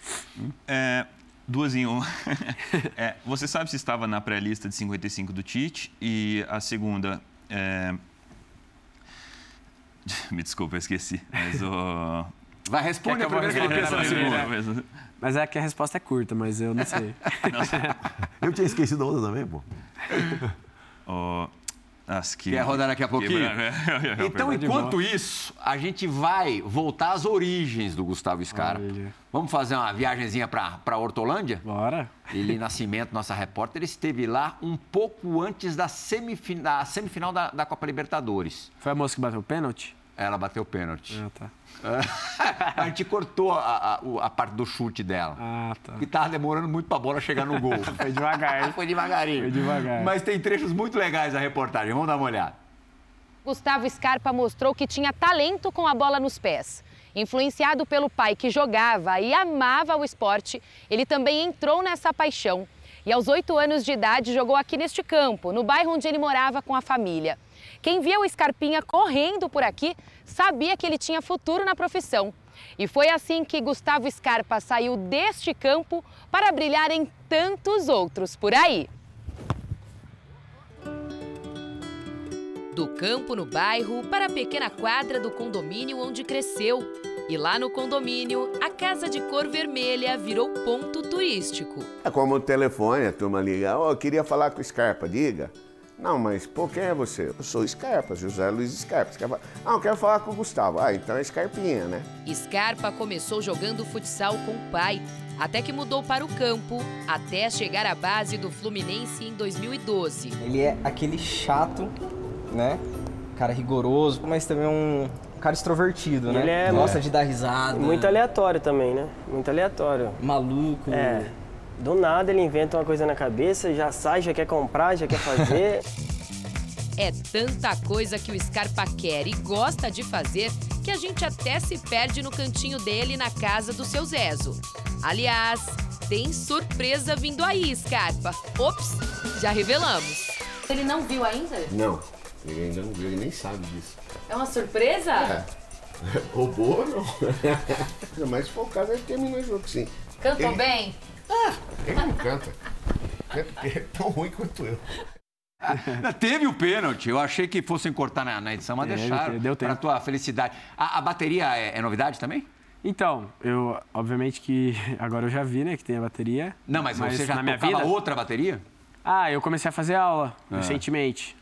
2 em 1. Você sabe se estava na pré-lista de 55 do Tite? E a segunda... Me desculpa, eu esqueci. Mas o... Vai responder primeiro que ele pensa na segunda. Mas é que a resposta é curta, mas eu não sei. Eu tinha esquecido a outra também, pô. Quer rodar daqui a pouquinho? Então, enquanto isso, a gente vai voltar às origens do Gustavo Scarpa. Olha. Vamos fazer uma viagenzinha para Hortolândia? Bora. Eli Nascimento, nossa repórter, esteve lá um pouco antes da semifinal da Copa Libertadores. Foi a moça que bateu o pênalti? Ela bateu o pênalti. Ah, tá. A gente cortou a parte do chute dela. Ah, tá. E tava demorando muito pra bola chegar no gol. Foi devagar. Foi devagarinho. Foi devagar. Mas tem trechos muito legais da reportagem. Vamos dar uma olhada. Gustavo Scarpa mostrou que tinha talento com a bola nos pés. Influenciado pelo pai que jogava e amava o esporte, ele também entrou nessa paixão. E aos 8 anos de idade jogou aqui neste campo, no bairro onde ele morava com a família. Quem via o Scarpinha correndo por aqui sabia que ele tinha futuro na profissão. E foi assim que Gustavo Scarpa saiu deste campo para brilhar em tantos outros por aí. Do campo no bairro para a pequena quadra do condomínio onde cresceu. E lá no condomínio, a Casa de Cor Vermelha virou ponto turístico. É como o telefone, a turma liga: eu queria falar com o Scarpa, diga. Não, mas pô, quem é você? Eu sou Scarpa, José Luiz Scarpa. Não, eu quero falar com o Gustavo. Então é Scarpinha, né? Scarpa começou jogando futsal com o pai, até que mudou para o campo, até chegar à base do Fluminense em 2012. Ele é aquele chato, né? Cara rigoroso, mas também um cara extrovertido, né? Ele gosta de dar risada. Muito aleatório também, né? Muito aleatório. Maluco. Do nada ele inventa uma coisa na cabeça, já sai, já quer comprar, já quer fazer. É tanta coisa que o Scarpa quer e gosta de fazer que a gente até se perde no cantinho dele na casa do seu Zezo. Aliás, tem surpresa vindo aí, Scarpa. Ops, já revelamos. Ele não viu ainda? Não, ele ainda não viu, ele nem sabe disso. É uma surpresa? É. Roubou, não. Mas se for o caso, ele terminou o jogo, sim. Cantou bem? Ele não canta. Canta porque é tão ruim quanto eu. Teve o pênalti, eu achei que fossem cortar na edição, mas deixaram. Deu tempo. Para tua felicidade. A bateria é novidade também? Então, obviamente que agora eu já vi, né, que tem a bateria. Não, mas você já na minha tocava vida, outra bateria? eu comecei a fazer aula recentemente.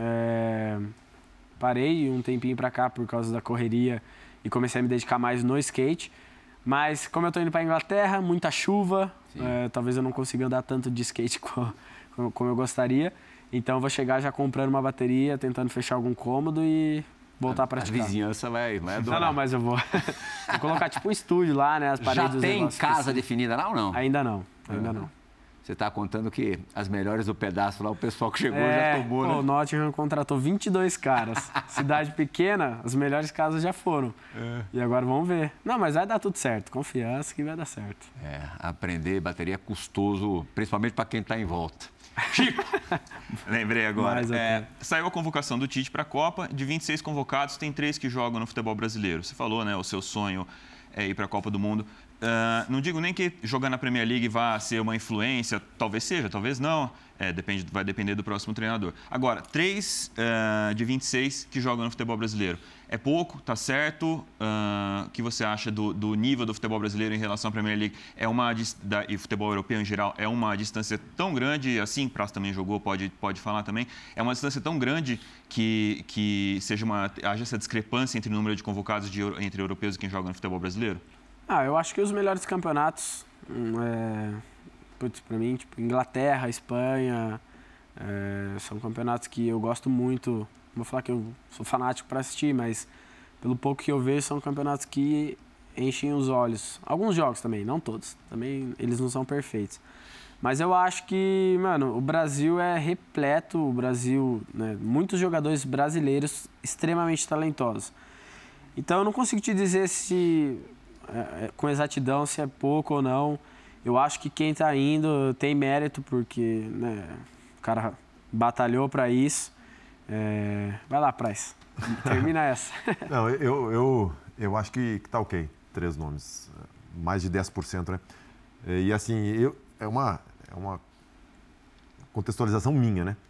Parei um tempinho pra cá por causa da correria e comecei a me dedicar mais no skate. Mas como eu tô indo pra Inglaterra, muita chuva, talvez eu não consiga andar tanto de skate como eu gostaria. Então eu vou chegar já comprando uma bateria, tentando fechar algum cômodo e voltar a praticar. A vizinhança vai adorar. Não, mas eu vou colocar tipo um estúdio lá, né? As paredes. Já tem casa definida lá ou não? Ainda não. Você está contando que as melhores do pedaço lá, o pessoal que chegou já tomou, né? O Nottingham contratou 22 caras. Cidade pequena, as melhores casas já foram. E agora vamos ver. Não, mas vai dar tudo certo. Confiança que vai dar certo. Aprender bateria é custoso, principalmente para quem está em volta. Chico! Lembrei agora. Saiu a convocação do Tite para a Copa. De 26 convocados, tem 3 que jogam no futebol brasileiro. Você falou, né? O seu sonho é ir para a Copa do Mundo. Não digo nem que jogar na Premier League vá ser uma influência, talvez seja, talvez não, vai depender do próximo treinador. Agora, 3 de 26 que jogam no futebol brasileiro. É pouco, tá certo? O que você acha do nível do futebol brasileiro em relação à Premier League? E futebol europeu em geral, é uma distância tão grande, assim, Praça também jogou, pode falar também, é uma distância tão grande que haja essa discrepância entre o número de convocados entre europeus e quem joga no futebol brasileiro? Eu acho que os melhores campeonatos, para mim, tipo Inglaterra, Espanha, são campeonatos que eu gosto muito. Não vou falar que eu sou fanático para assistir, mas pelo pouco que eu vejo, são campeonatos que enchem os olhos. Alguns jogos também, não todos. Também eles não são perfeitos. Mas eu acho que, mano, o Brasil é repleto, muitos jogadores brasileiros extremamente talentosos. Então eu não consigo te dizer com exatidão se é pouco ou não. Eu acho que quem está indo tem mérito, porque o cara batalhou para isso. Vai lá, Price. Termina essa. Não, eu acho que tá ok. 3 nomes. Mais de 10%, né? E assim, é uma contextualização minha, né?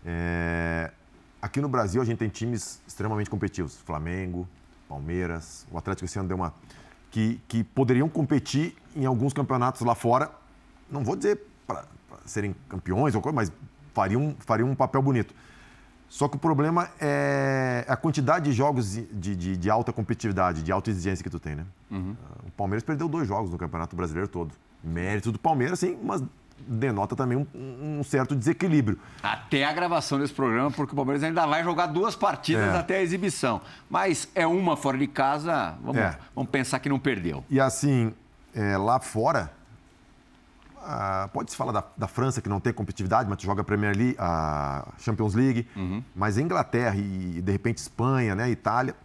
Aqui no Brasil a gente tem times extremamente competitivos. Flamengo, Palmeiras, o Atlético esse ano deu uma... Que poderiam competir em alguns campeonatos lá fora, não vou dizer para serem campeões ou coisa, mas fariam um papel bonito. Só que o problema é a quantidade de jogos de alta competitividade, de alta exigência que tu tem, né? O Palmeiras perdeu 2 jogos no Campeonato Brasileiro todo. Mérito do Palmeiras, sim, mas denota também um certo desequilíbrio. Até a gravação desse programa, porque o Palmeiras ainda vai jogar 2 partidas até a exibição. Mas é uma fora de casa, vamos pensar que não perdeu. E assim, lá fora, pode-se falar da França, que não tem competitividade, mas tu joga a Premier League, a Champions League, mas Inglaterra e, de repente, Espanha, né, Itália,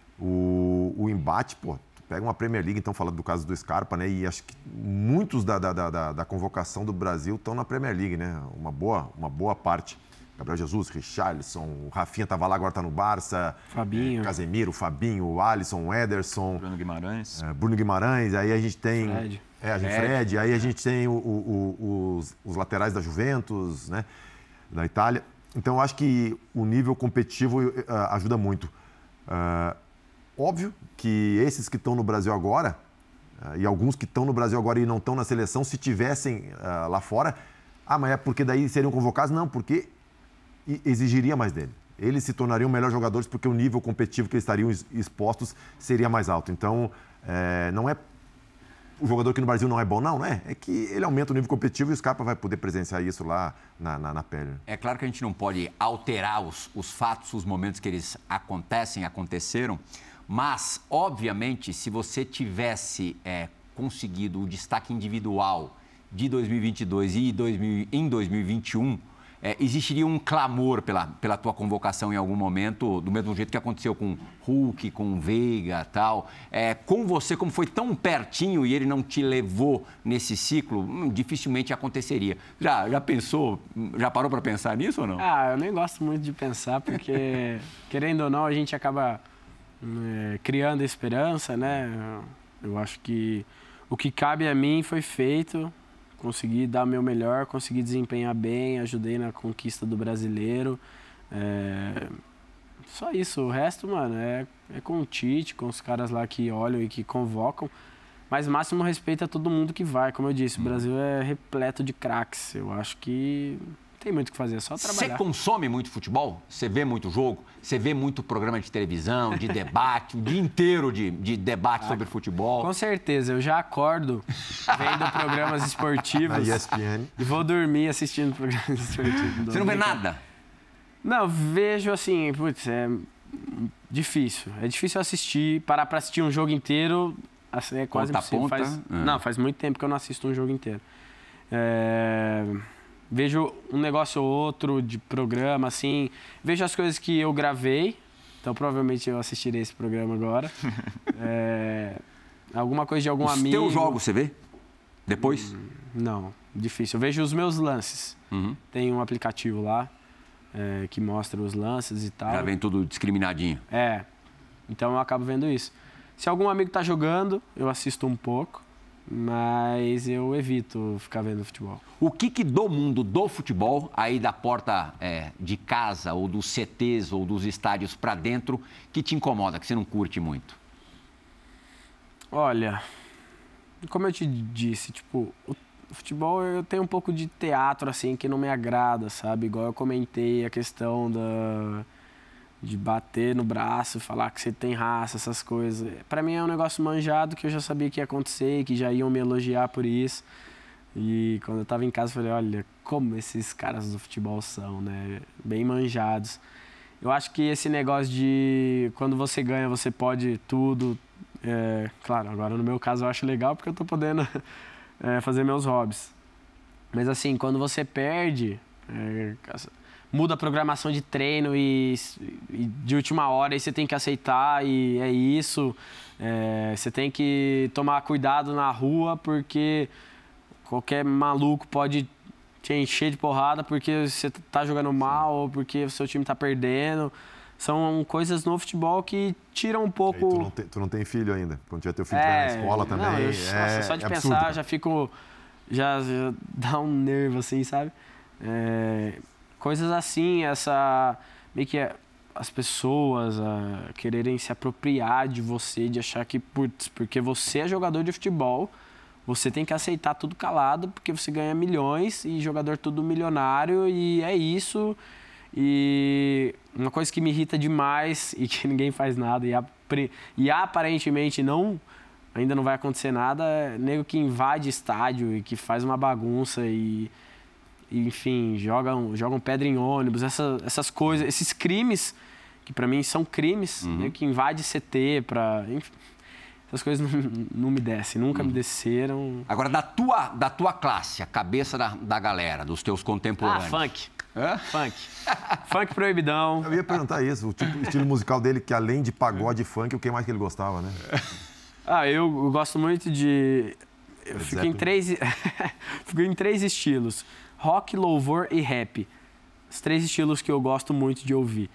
o embate, pega uma Premier League, então, falando do caso do Scarpa, né? E acho que muitos da convocação do Brasil estão na Premier League, né? Uma boa parte. Gabriel Jesus, Richarlison, o Rafinha estava lá, agora está no Barça. Fabinho. Casemiro, Fabinho, o Alisson, o Ederson. Bruno Guimarães. Aí a gente tem... Fred. Aí a gente tem os laterais da Juventus, né? Da Itália. Então, eu acho que o nível competitivo ajuda muito. Óbvio que esses que estão no Brasil agora, e alguns que estão no Brasil agora e não estão na seleção, se tivessem lá fora, mas é porque daí seriam convocados? Não, porque exigiria mais dele. Eles se tornariam melhores jogadores porque o nível competitivo que eles estariam expostos seria mais alto. Então, não é o jogador aqui no Brasil não é bom, não é? É que ele aumenta o nível competitivo e o Scarpa vai poder presenciar isso lá na pele. É claro que a gente não pode alterar os fatos, os momentos que eles aconteceram, mas, obviamente, se você tivesse conseguido o destaque individual de 2022 e em 2021, existiria um clamor pela tua convocação em algum momento, do mesmo jeito que aconteceu com Hulk, com Veiga e tal. Com você, como foi tão pertinho e ele não te levou nesse ciclo, dificilmente aconteceria. Já pensou, já parou para pensar nisso ou não? Eu nem gosto muito de pensar, porque, querendo ou não, a gente acaba criando esperança, né? Eu acho que o que cabe a mim foi feito. Consegui dar o meu melhor, consegui desempenhar bem, ajudei na conquista do brasileiro. Só isso. O resto, mano, é com o Tite, com os caras lá que olham e que convocam. Mas máximo respeito a todo mundo que vai. Como eu disse, o Brasil é repleto de craques. Eu acho que não tem muito o que fazer, é só trabalhar. Você consome muito futebol? Você vê muito jogo? Você vê muito programa de televisão, de debate, o dia inteiro de debate sobre futebol? Com certeza. Eu já acordo vendo programas esportivos. Na ESPN. E vou dormir assistindo programas esportivos. Você não vê nada? Não, vejo assim, putz, é difícil. É difícil assistir, parar pra assistir um jogo inteiro, assim, é quase impossível. Não, faz muito tempo que eu não assisto um jogo inteiro. Vejo um negócio ou outro de programa, assim. Vejo as coisas que eu gravei, então provavelmente eu assistirei esse programa agora. Alguma coisa de algum amigo. Os teus jogos você vê? Depois? Não, difícil. Eu vejo os meus lances. Tem um aplicativo lá que mostra os lances e tal. Já vem tudo discriminadinho. Então eu acabo vendo isso. Se algum amigo tá jogando, eu assisto um pouco, mas eu evito ficar vendo futebol. O que do mundo do futebol, aí da porta de casa, ou dos CTs, ou dos estádios para dentro, que te incomoda, que você não curte muito? Olha, como eu te disse, tipo, o futebol eu tenho um pouco de teatro, assim, que não me agrada, sabe? Igual eu comentei a questão de bater no braço, falar que você tem raça, essas coisas. Pra mim é um negócio manjado que eu já sabia que ia acontecer, que já iam me elogiar por isso. E quando eu tava em casa, eu falei, olha, como esses caras do futebol são, né? Bem manjados. Eu acho que esse negócio de quando você ganha, você pode tudo. Claro, agora no meu caso eu acho legal porque eu tô podendo fazer meus hobbies. Mas assim, quando você perde, muda a programação de treino e de última hora, aí você tem que aceitar e é isso. Você tem que tomar cuidado na rua porque qualquer maluco pode te encher de porrada porque você tá jogando mal ou porque o seu time tá perdendo. São coisas no futebol que tiram um pouco... Tu não tem filho ainda. Quando tiver teu filho na escola também, nossa, só de absurdo, pensar, já fico... Já dá um nervo, assim, sabe? Coisas assim, meio que as pessoas quererem se apropriar de você, de achar que, putz, porque você é jogador de futebol, você tem que aceitar tudo calado, porque você ganha milhões e jogador tudo milionário e é isso. E uma coisa que me irrita demais e que ninguém faz nada e aparentemente ainda não vai acontecer nada, é nego que invade estádio e que faz uma bagunça e enfim, jogam pedra em ônibus, essas coisas, esses crimes, que pra mim são crimes, né, que invade CT, enfim, essas coisas não me descem, nunca me desceram. Agora, da tua classe, a cabeça da galera, dos teus contemporâneos. Funk. Funk proibidão. Eu ia perguntar isso, o estilo musical dele, que além de pagode e funk, o que mais que ele gostava, né? Eu gosto muito de... Eu fico em três estilos. Rock, louvor e rap. Os 3 estilos que eu gosto muito de ouvir.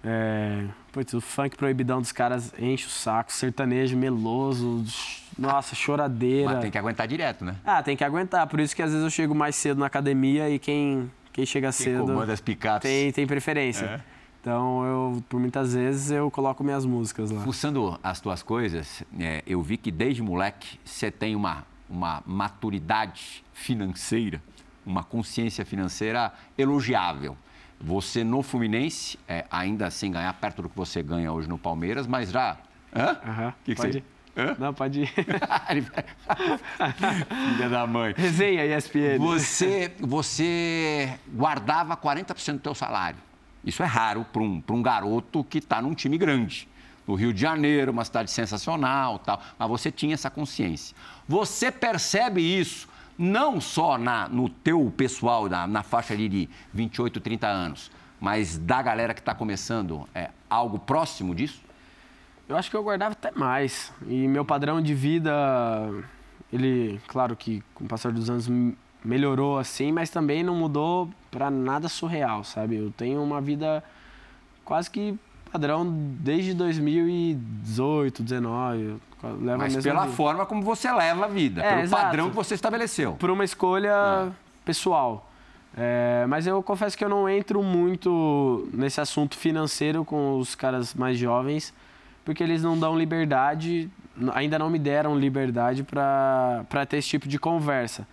O funk proibidão dos caras enche o saco. Sertanejo meloso, nossa, choradeira. Mas tem que aguentar direto, né? Tem que aguentar. Por isso que às vezes eu chego mais cedo na academia e quem chega cedo comanda as picapes. Tem preferência. Então, por muitas vezes, eu coloco minhas músicas lá. Fuçando as tuas coisas, eu vi que desde moleque você tem uma maturidade financeira, uma consciência financeira elogiável. Você no Fluminense, ainda sem ganhar perto do que você ganha hoje no Palmeiras, mas já... Que pode ir. Não, pode ir. Filha da mãe. Resenha, ESPN. Você guardava 40% do teu salário. Isso é raro para um garoto que está num time grande. No Rio de Janeiro, uma cidade sensacional, tal. Mas você tinha essa consciência. Você percebe isso não só no teu pessoal, na faixa ali de 28, 30 anos, mas da galera que está começando, algo próximo disso? Eu acho que eu guardava até mais. E meu padrão de vida, ele, claro que com o passar dos anos melhorou assim, mas também não mudou para nada surreal, sabe? Eu tenho uma vida quase que padrão desde 2018, 2019. Mas pela forma como você leva a vida, pelo exato. padrão que você estabeleceu. Por uma escolha pessoal. Mas eu confesso que eu não entro muito nesse assunto financeiro com os caras mais jovens, porque eles não dão liberdade, ainda não me deram liberdade para ter esse tipo de conversa.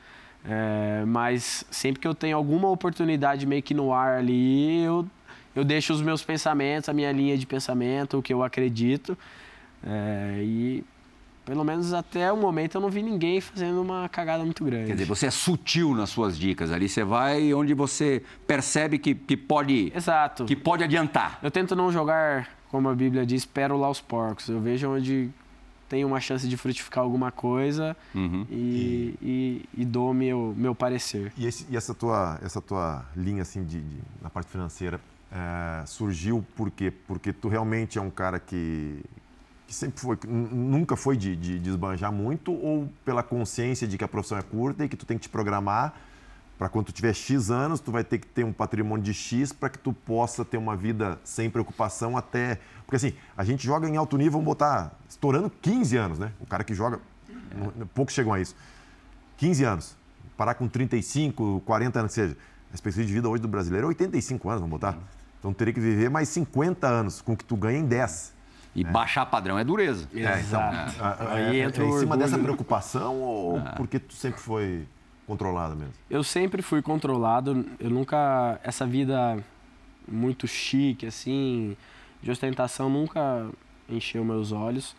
Mas sempre que eu tenho alguma oportunidade meio que no ar ali, eu deixo os meus pensamentos, a minha linha de pensamento, o que eu acredito. E pelo menos até o momento eu não vi ninguém fazendo uma cagada muito grande. Quer dizer, você é sutil nas suas dicas. Ali você vai onde você percebe que pode... Exato. Que pode adiantar. Eu tento não jogar, como a Bíblia diz, pérola aos porcos. Eu vejo onde tem uma chance de frutificar alguma coisa e dou meu parecer. E essa tua linha assim na parte financeira surgiu por quê? Porque tu realmente é um cara que sempre foi, nunca foi de esbanjar muito, ou pela consciência de que a profissão é curta e que tu tem que te programar para quando tu tiver X anos, tu vai ter que ter um patrimônio de X para que tu possa ter uma vida sem preocupação até... Porque assim, a gente joga em alto nível, vamos botar, estourando 15 anos, né? O cara que joga, poucos chegam a isso. 15 anos, parar com 35, 40 anos, que seja. A expectativa de vida hoje do brasileiro é 85 anos, vamos botar. Então teria que viver mais 50 anos com o que tu ganha em 10. E baixar padrão é dureza. Exato. Aí entra em cima dessa preocupação ou porque tu sempre foi controlado mesmo? Eu sempre fui controlado. Eu nunca... Essa vida muito chique, assim, de ostentação, nunca encheu meus olhos.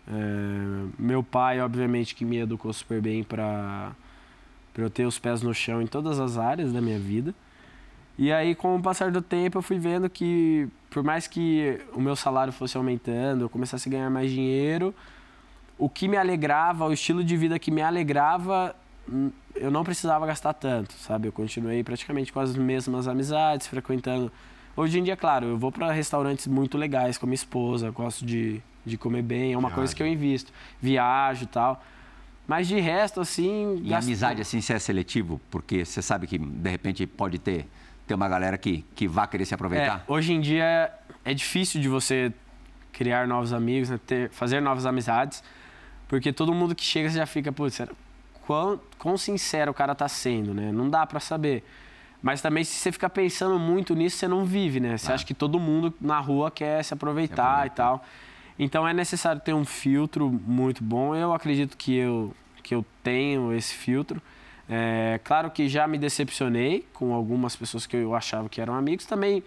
Meu pai, obviamente, que me educou super bem para eu ter os pés no chão em todas as áreas da minha vida. E aí, com o passar do tempo, eu fui vendo que, por mais que o meu salário fosse aumentando, eu começasse a ganhar mais dinheiro, o que me alegrava, o estilo de vida que me alegrava, eu não precisava gastar tanto, sabe? Eu continuei praticamente com as mesmas amizades, frequentando... Hoje em dia, claro, eu vou para restaurantes muito legais com a minha esposa, gosto de comer bem, é uma coisa que eu invisto. Viajo e tal. Mas de resto, assim... E amizade, assim, você é seletivo? Porque você sabe que, de repente, pode ter uma galera que vai querer se aproveitar? Hoje em dia é difícil de você criar novos amigos, né? Fazer novas amizades, porque todo mundo que chega você já fica, putz, quão sincero o cara tá sendo, né? Não dá para saber. Mas também se você ficar pensando muito nisso, você não vive, né? Você acha que todo mundo na rua quer se aproveitar e tal. Então é necessário ter um filtro muito bom. Eu acredito que eu tenho esse filtro. Claro que já me decepcionei com algumas pessoas que eu achava que eram amigos. Também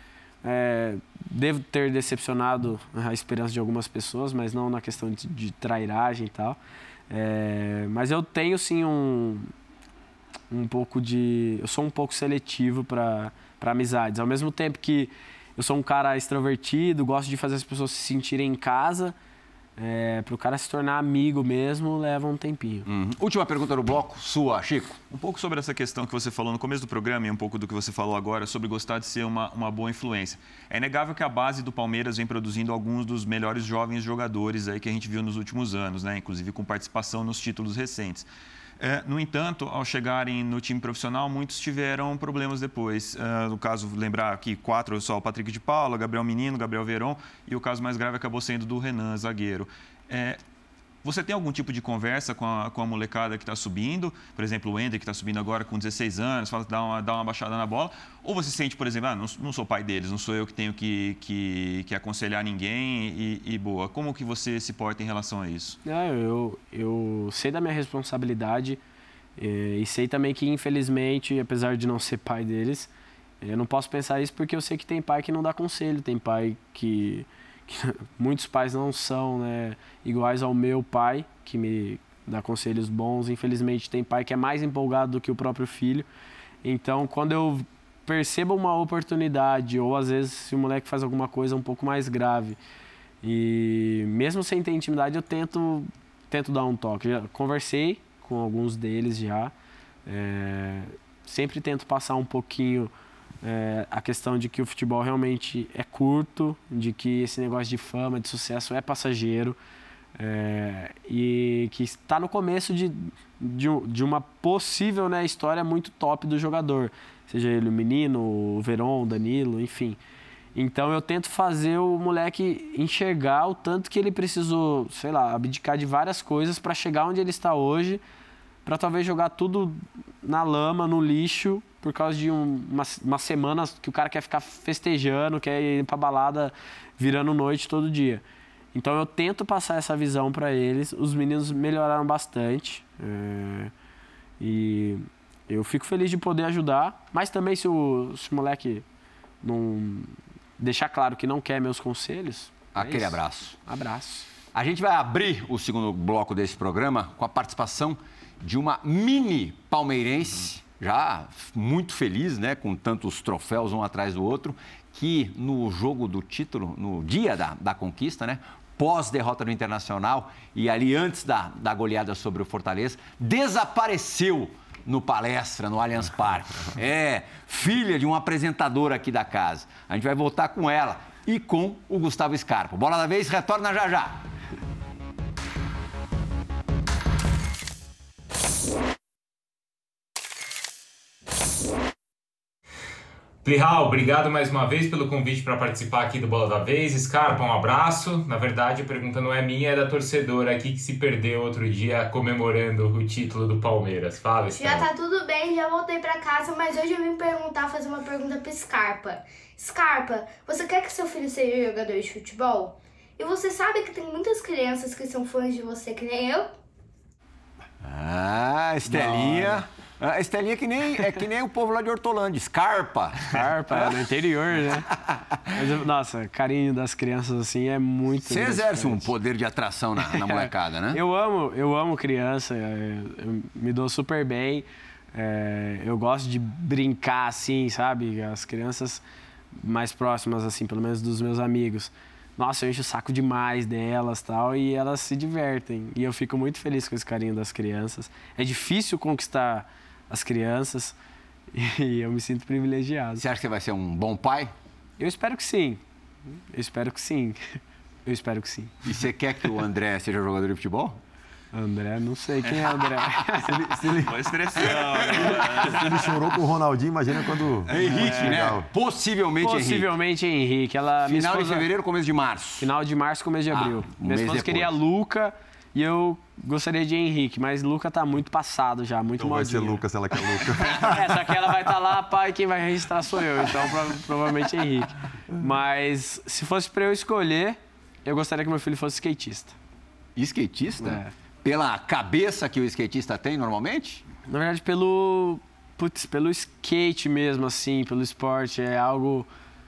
devo ter decepcionado a esperança de algumas pessoas, mas não na questão de trairagem e tal. Mas eu tenho sim um pouco de... Eu sou um pouco seletivo para amizades. Ao mesmo tempo que eu sou um cara extrovertido, gosto de fazer as pessoas se sentirem em casa... para o cara se tornar amigo mesmo, leva um tempinho. Última pergunta do bloco, sua, Chico. Um pouco sobre essa questão que você falou no começo do programa e um pouco do que você falou agora sobre gostar de ser uma boa influência. É inegável que a base do Palmeiras vem produzindo alguns dos melhores jovens jogadores aí que a gente viu nos últimos anos, né? Inclusive com participação nos títulos recentes. No entanto, ao chegarem no time profissional, muitos tiveram problemas depois. No caso, lembrar aqui 4, só o Patrick de Paula, Gabriel Menino, Gabriel Veron, e o caso mais grave acabou sendo do Renan, zagueiro. Você tem algum tipo de conversa com a molecada que está subindo? Por exemplo, o Ender, que está subindo agora com 16 anos, fala, dá uma baixada na bola. Ou você sente, por exemplo, não sou pai deles, não sou eu que tenho que aconselhar ninguém e boa. Como que você se porta em relação a isso? Eu sei da minha responsabilidade e sei também que, infelizmente, apesar de não ser pai deles, eu não posso pensar isso porque eu sei que tem pai que não dá conselho, tem pai que muitos pais não são, né, iguais ao meu pai, que me dá conselhos bons. Infelizmente, tem pai que é mais empolgado do que o próprio filho. Então, quando eu percebo uma oportunidade, ou às vezes se o moleque faz alguma coisa um pouco mais grave, e mesmo sem ter intimidade, eu tento dar um toque. Já conversei com alguns deles já. Sempre tento passar um pouquinho a questão de que o futebol realmente é curto, de que esse negócio de fama, de sucesso é passageiro, e que está no começo de uma possível, né, história muito top do jogador, seja ele o menino, o Veron, o Danilo, enfim. Então eu tento fazer o moleque enxergar o tanto que ele precisou, sei lá, abdicar de várias coisas para chegar onde ele está hoje, para talvez jogar tudo na lama, no lixo, por causa de uma semana que o cara quer ficar festejando, quer ir pra balada virando noite todo dia. Então eu tento passar essa visão para eles. Os meninos melhoraram bastante. E eu fico feliz de poder ajudar. Mas também se o moleque não deixar claro que não quer meus conselhos... Aquele abraço. Abraço. A gente vai abrir o segundo bloco desse programa com a participação de uma mini palmeirense, já muito feliz, né, com tantos troféus um atrás do outro, que no jogo do título, no dia da conquista, né, pós-derrota do Internacional e ali antes da goleada sobre o Fortaleza, desapareceu no Palestra, no Allianz Parque. Filha de um apresentador aqui da casa. A gente vai voltar com ela e com o Gustavo Scarpa. Bola da Vez retorna já já. Plihal, obrigado mais uma vez pelo convite para participar aqui do Bola da Vez. Scarpa, um abraço. Na verdade, a pergunta não é minha, é da torcedora aqui que se perdeu outro dia comemorando o título do Palmeiras. Fala, Estela. Já tá tudo bem, já voltei para casa, mas hoje eu vim fazer uma pergunta pro Scarpa. Scarpa, você quer que seu filho seja jogador de futebol? E você sabe que tem muitas crianças que são fãs de você, que nem eu? Estelinha... A Estelinha é que nem o povo lá de Hortolândia, Scarpa. Scarpa, no interior, né? Mas, nossa, carinho das crianças, assim, é muito... Você exerce um poder de atração na molecada, né? Eu amo criança, eu me dou super bem. Eu gosto de brincar, assim, sabe? As crianças mais próximas, assim, pelo menos dos meus amigos. Nossa, eu encho o saco demais delas e tal, e elas se divertem. E eu fico muito feliz com esse carinho das crianças. É difícil conquistar as crianças e eu me sinto privilegiado. Você acha que você vai ser um bom pai? Eu espero que sim. Eu espero que sim. E você quer que o André seja jogador de futebol? André, não sei quem é André. Boa expressão. Se ele chorou com o Ronaldinho, imagina quando... Henrique, né? Possivelmente Henrique. Final de fevereiro, começo de março. Final de março, começo de abril. Minha esposa queria Luca e eu gostaria de Henrique, mas Luca tá muito passado já, muito então modinha. Vai ser Luca se ela quer Luca. Só que ela vai estar lá, pai, quem vai registrar sou eu, então provavelmente Henrique. Mas se fosse para eu escolher, eu gostaria que meu filho fosse skatista. Skatista? Pela cabeça que o skatista tem normalmente? Na verdade, pelo skate mesmo, assim, pelo esporte. É algo...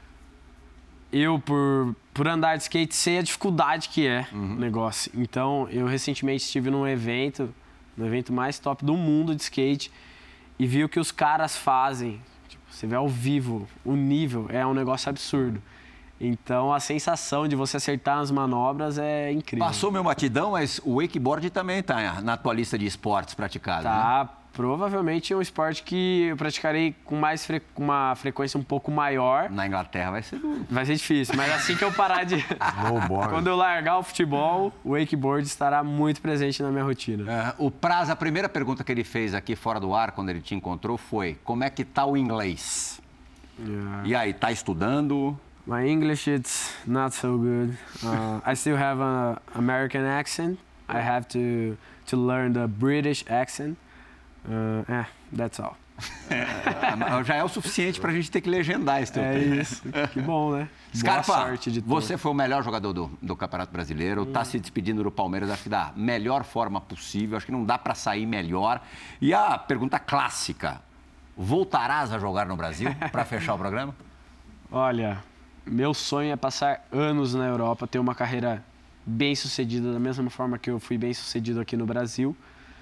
Eu, por andar de skate, sei a dificuldade que é o negócio. Então, eu recentemente estive no evento mais top do mundo de skate, e vi o que os caras fazem. Tipo, você vê ao vivo, o nível é um negócio absurdo. Então, a sensação de você acertar as manobras é incrível. Passou meu batidão, mas o wakeboard também está na tua lista de esportes praticados, tá, né? Provavelmente é um esporte que eu praticarei com uma frequência um pouco maior. Na Inglaterra vai ser duro. Vai ser difícil, mas assim que eu parar de... Quando eu largar o futebol, o wakeboard estará muito presente na minha rotina. O Praz, a primeira pergunta que ele fez aqui fora do ar, quando ele te encontrou, foi: como é que tá o inglês? E aí, tá estudando? My English, it's not so good. I still have an American accent. I have to learn the British accent. That's all. Já é o suficiente pra gente ter que legendar esse teu tempo. É isso. Que bom, né? Scarpa, boa sorte de você foi o melhor jogador do Campeonato Brasileiro. Tá se despedindo do Palmeiras, acho que da melhor forma possível. Acho que não dá pra sair melhor. E a pergunta clássica: voltarás a jogar no Brasil pra fechar o programa? Olha... Meu sonho é passar anos na Europa, ter uma carreira bem sucedida, da mesma forma que eu fui bem sucedido aqui no Brasil.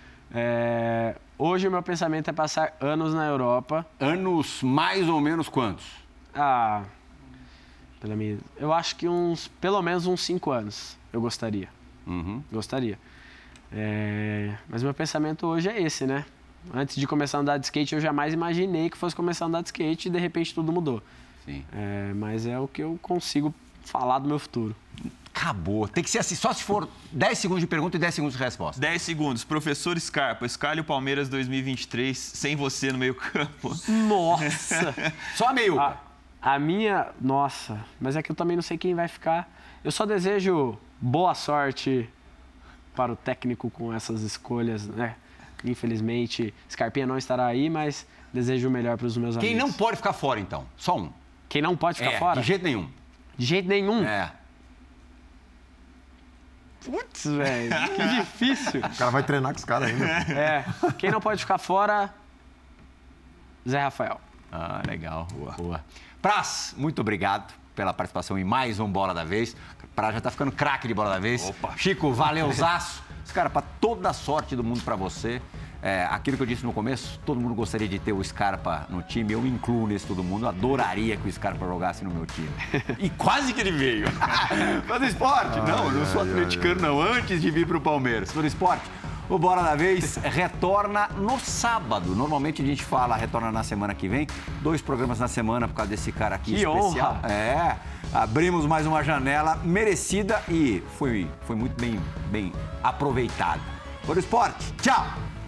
Hoje o meu pensamento é passar anos na Europa. Anos mais ou menos quantos? Eu acho que pelo menos uns 5 anos eu gostaria. Gostaria. Mas meu pensamento hoje é esse, né? Antes de começar a andar de skate, eu jamais imaginei que fosse começar a andar de skate e de repente tudo mudou. Sim. Mas é o que eu consigo falar do meu futuro. Acabou. Tem que ser assim, só se for 10 segundos de pergunta e 10 segundos de resposta. 10 segundos. Professor Scarpa, escalhe o Palmeiras 2023 sem você no meio campo. Nossa! Só meio. A minha... Nossa, mas é que eu também não sei quem vai ficar. Eu só desejo boa sorte para o técnico com essas escolhas, né? Infelizmente, Scarpinha não estará aí, mas desejo o melhor para os meus amigos. Quem não pode ficar fora, então? Só um. Quem não pode ficar fora? De jeito nenhum. De jeito nenhum? Putz, velho, que difícil. O cara vai treinar com os caras ainda. Quem não pode ficar fora? Zé Rafael. Legal. Boa. Praz, muito obrigado pela participação em mais um Bola da Vez. Praz já tá ficando craque de Bola da Vez. Opa. Chico, valeuzaço. Scarpa, toda a sorte do mundo para você. Aquilo que eu disse no começo, todo mundo gostaria de ter o Scarpa no time. Eu me incluo nesse todo mundo. Eu adoraria que o Scarpa jogasse no meu time. E quase que ele veio. Fazer esporte? Não, eu não sou atleticano, não. Antes de vir para o Palmeiras. Fazer esporte. O Bola da Vez retorna no sábado. Normalmente a gente retorna na semana que vem. 2 programas na semana por causa desse cara aqui que especial. Honra. Abrimos mais uma janela merecida e foi muito bem aproveitado. Por esporte. Tchau!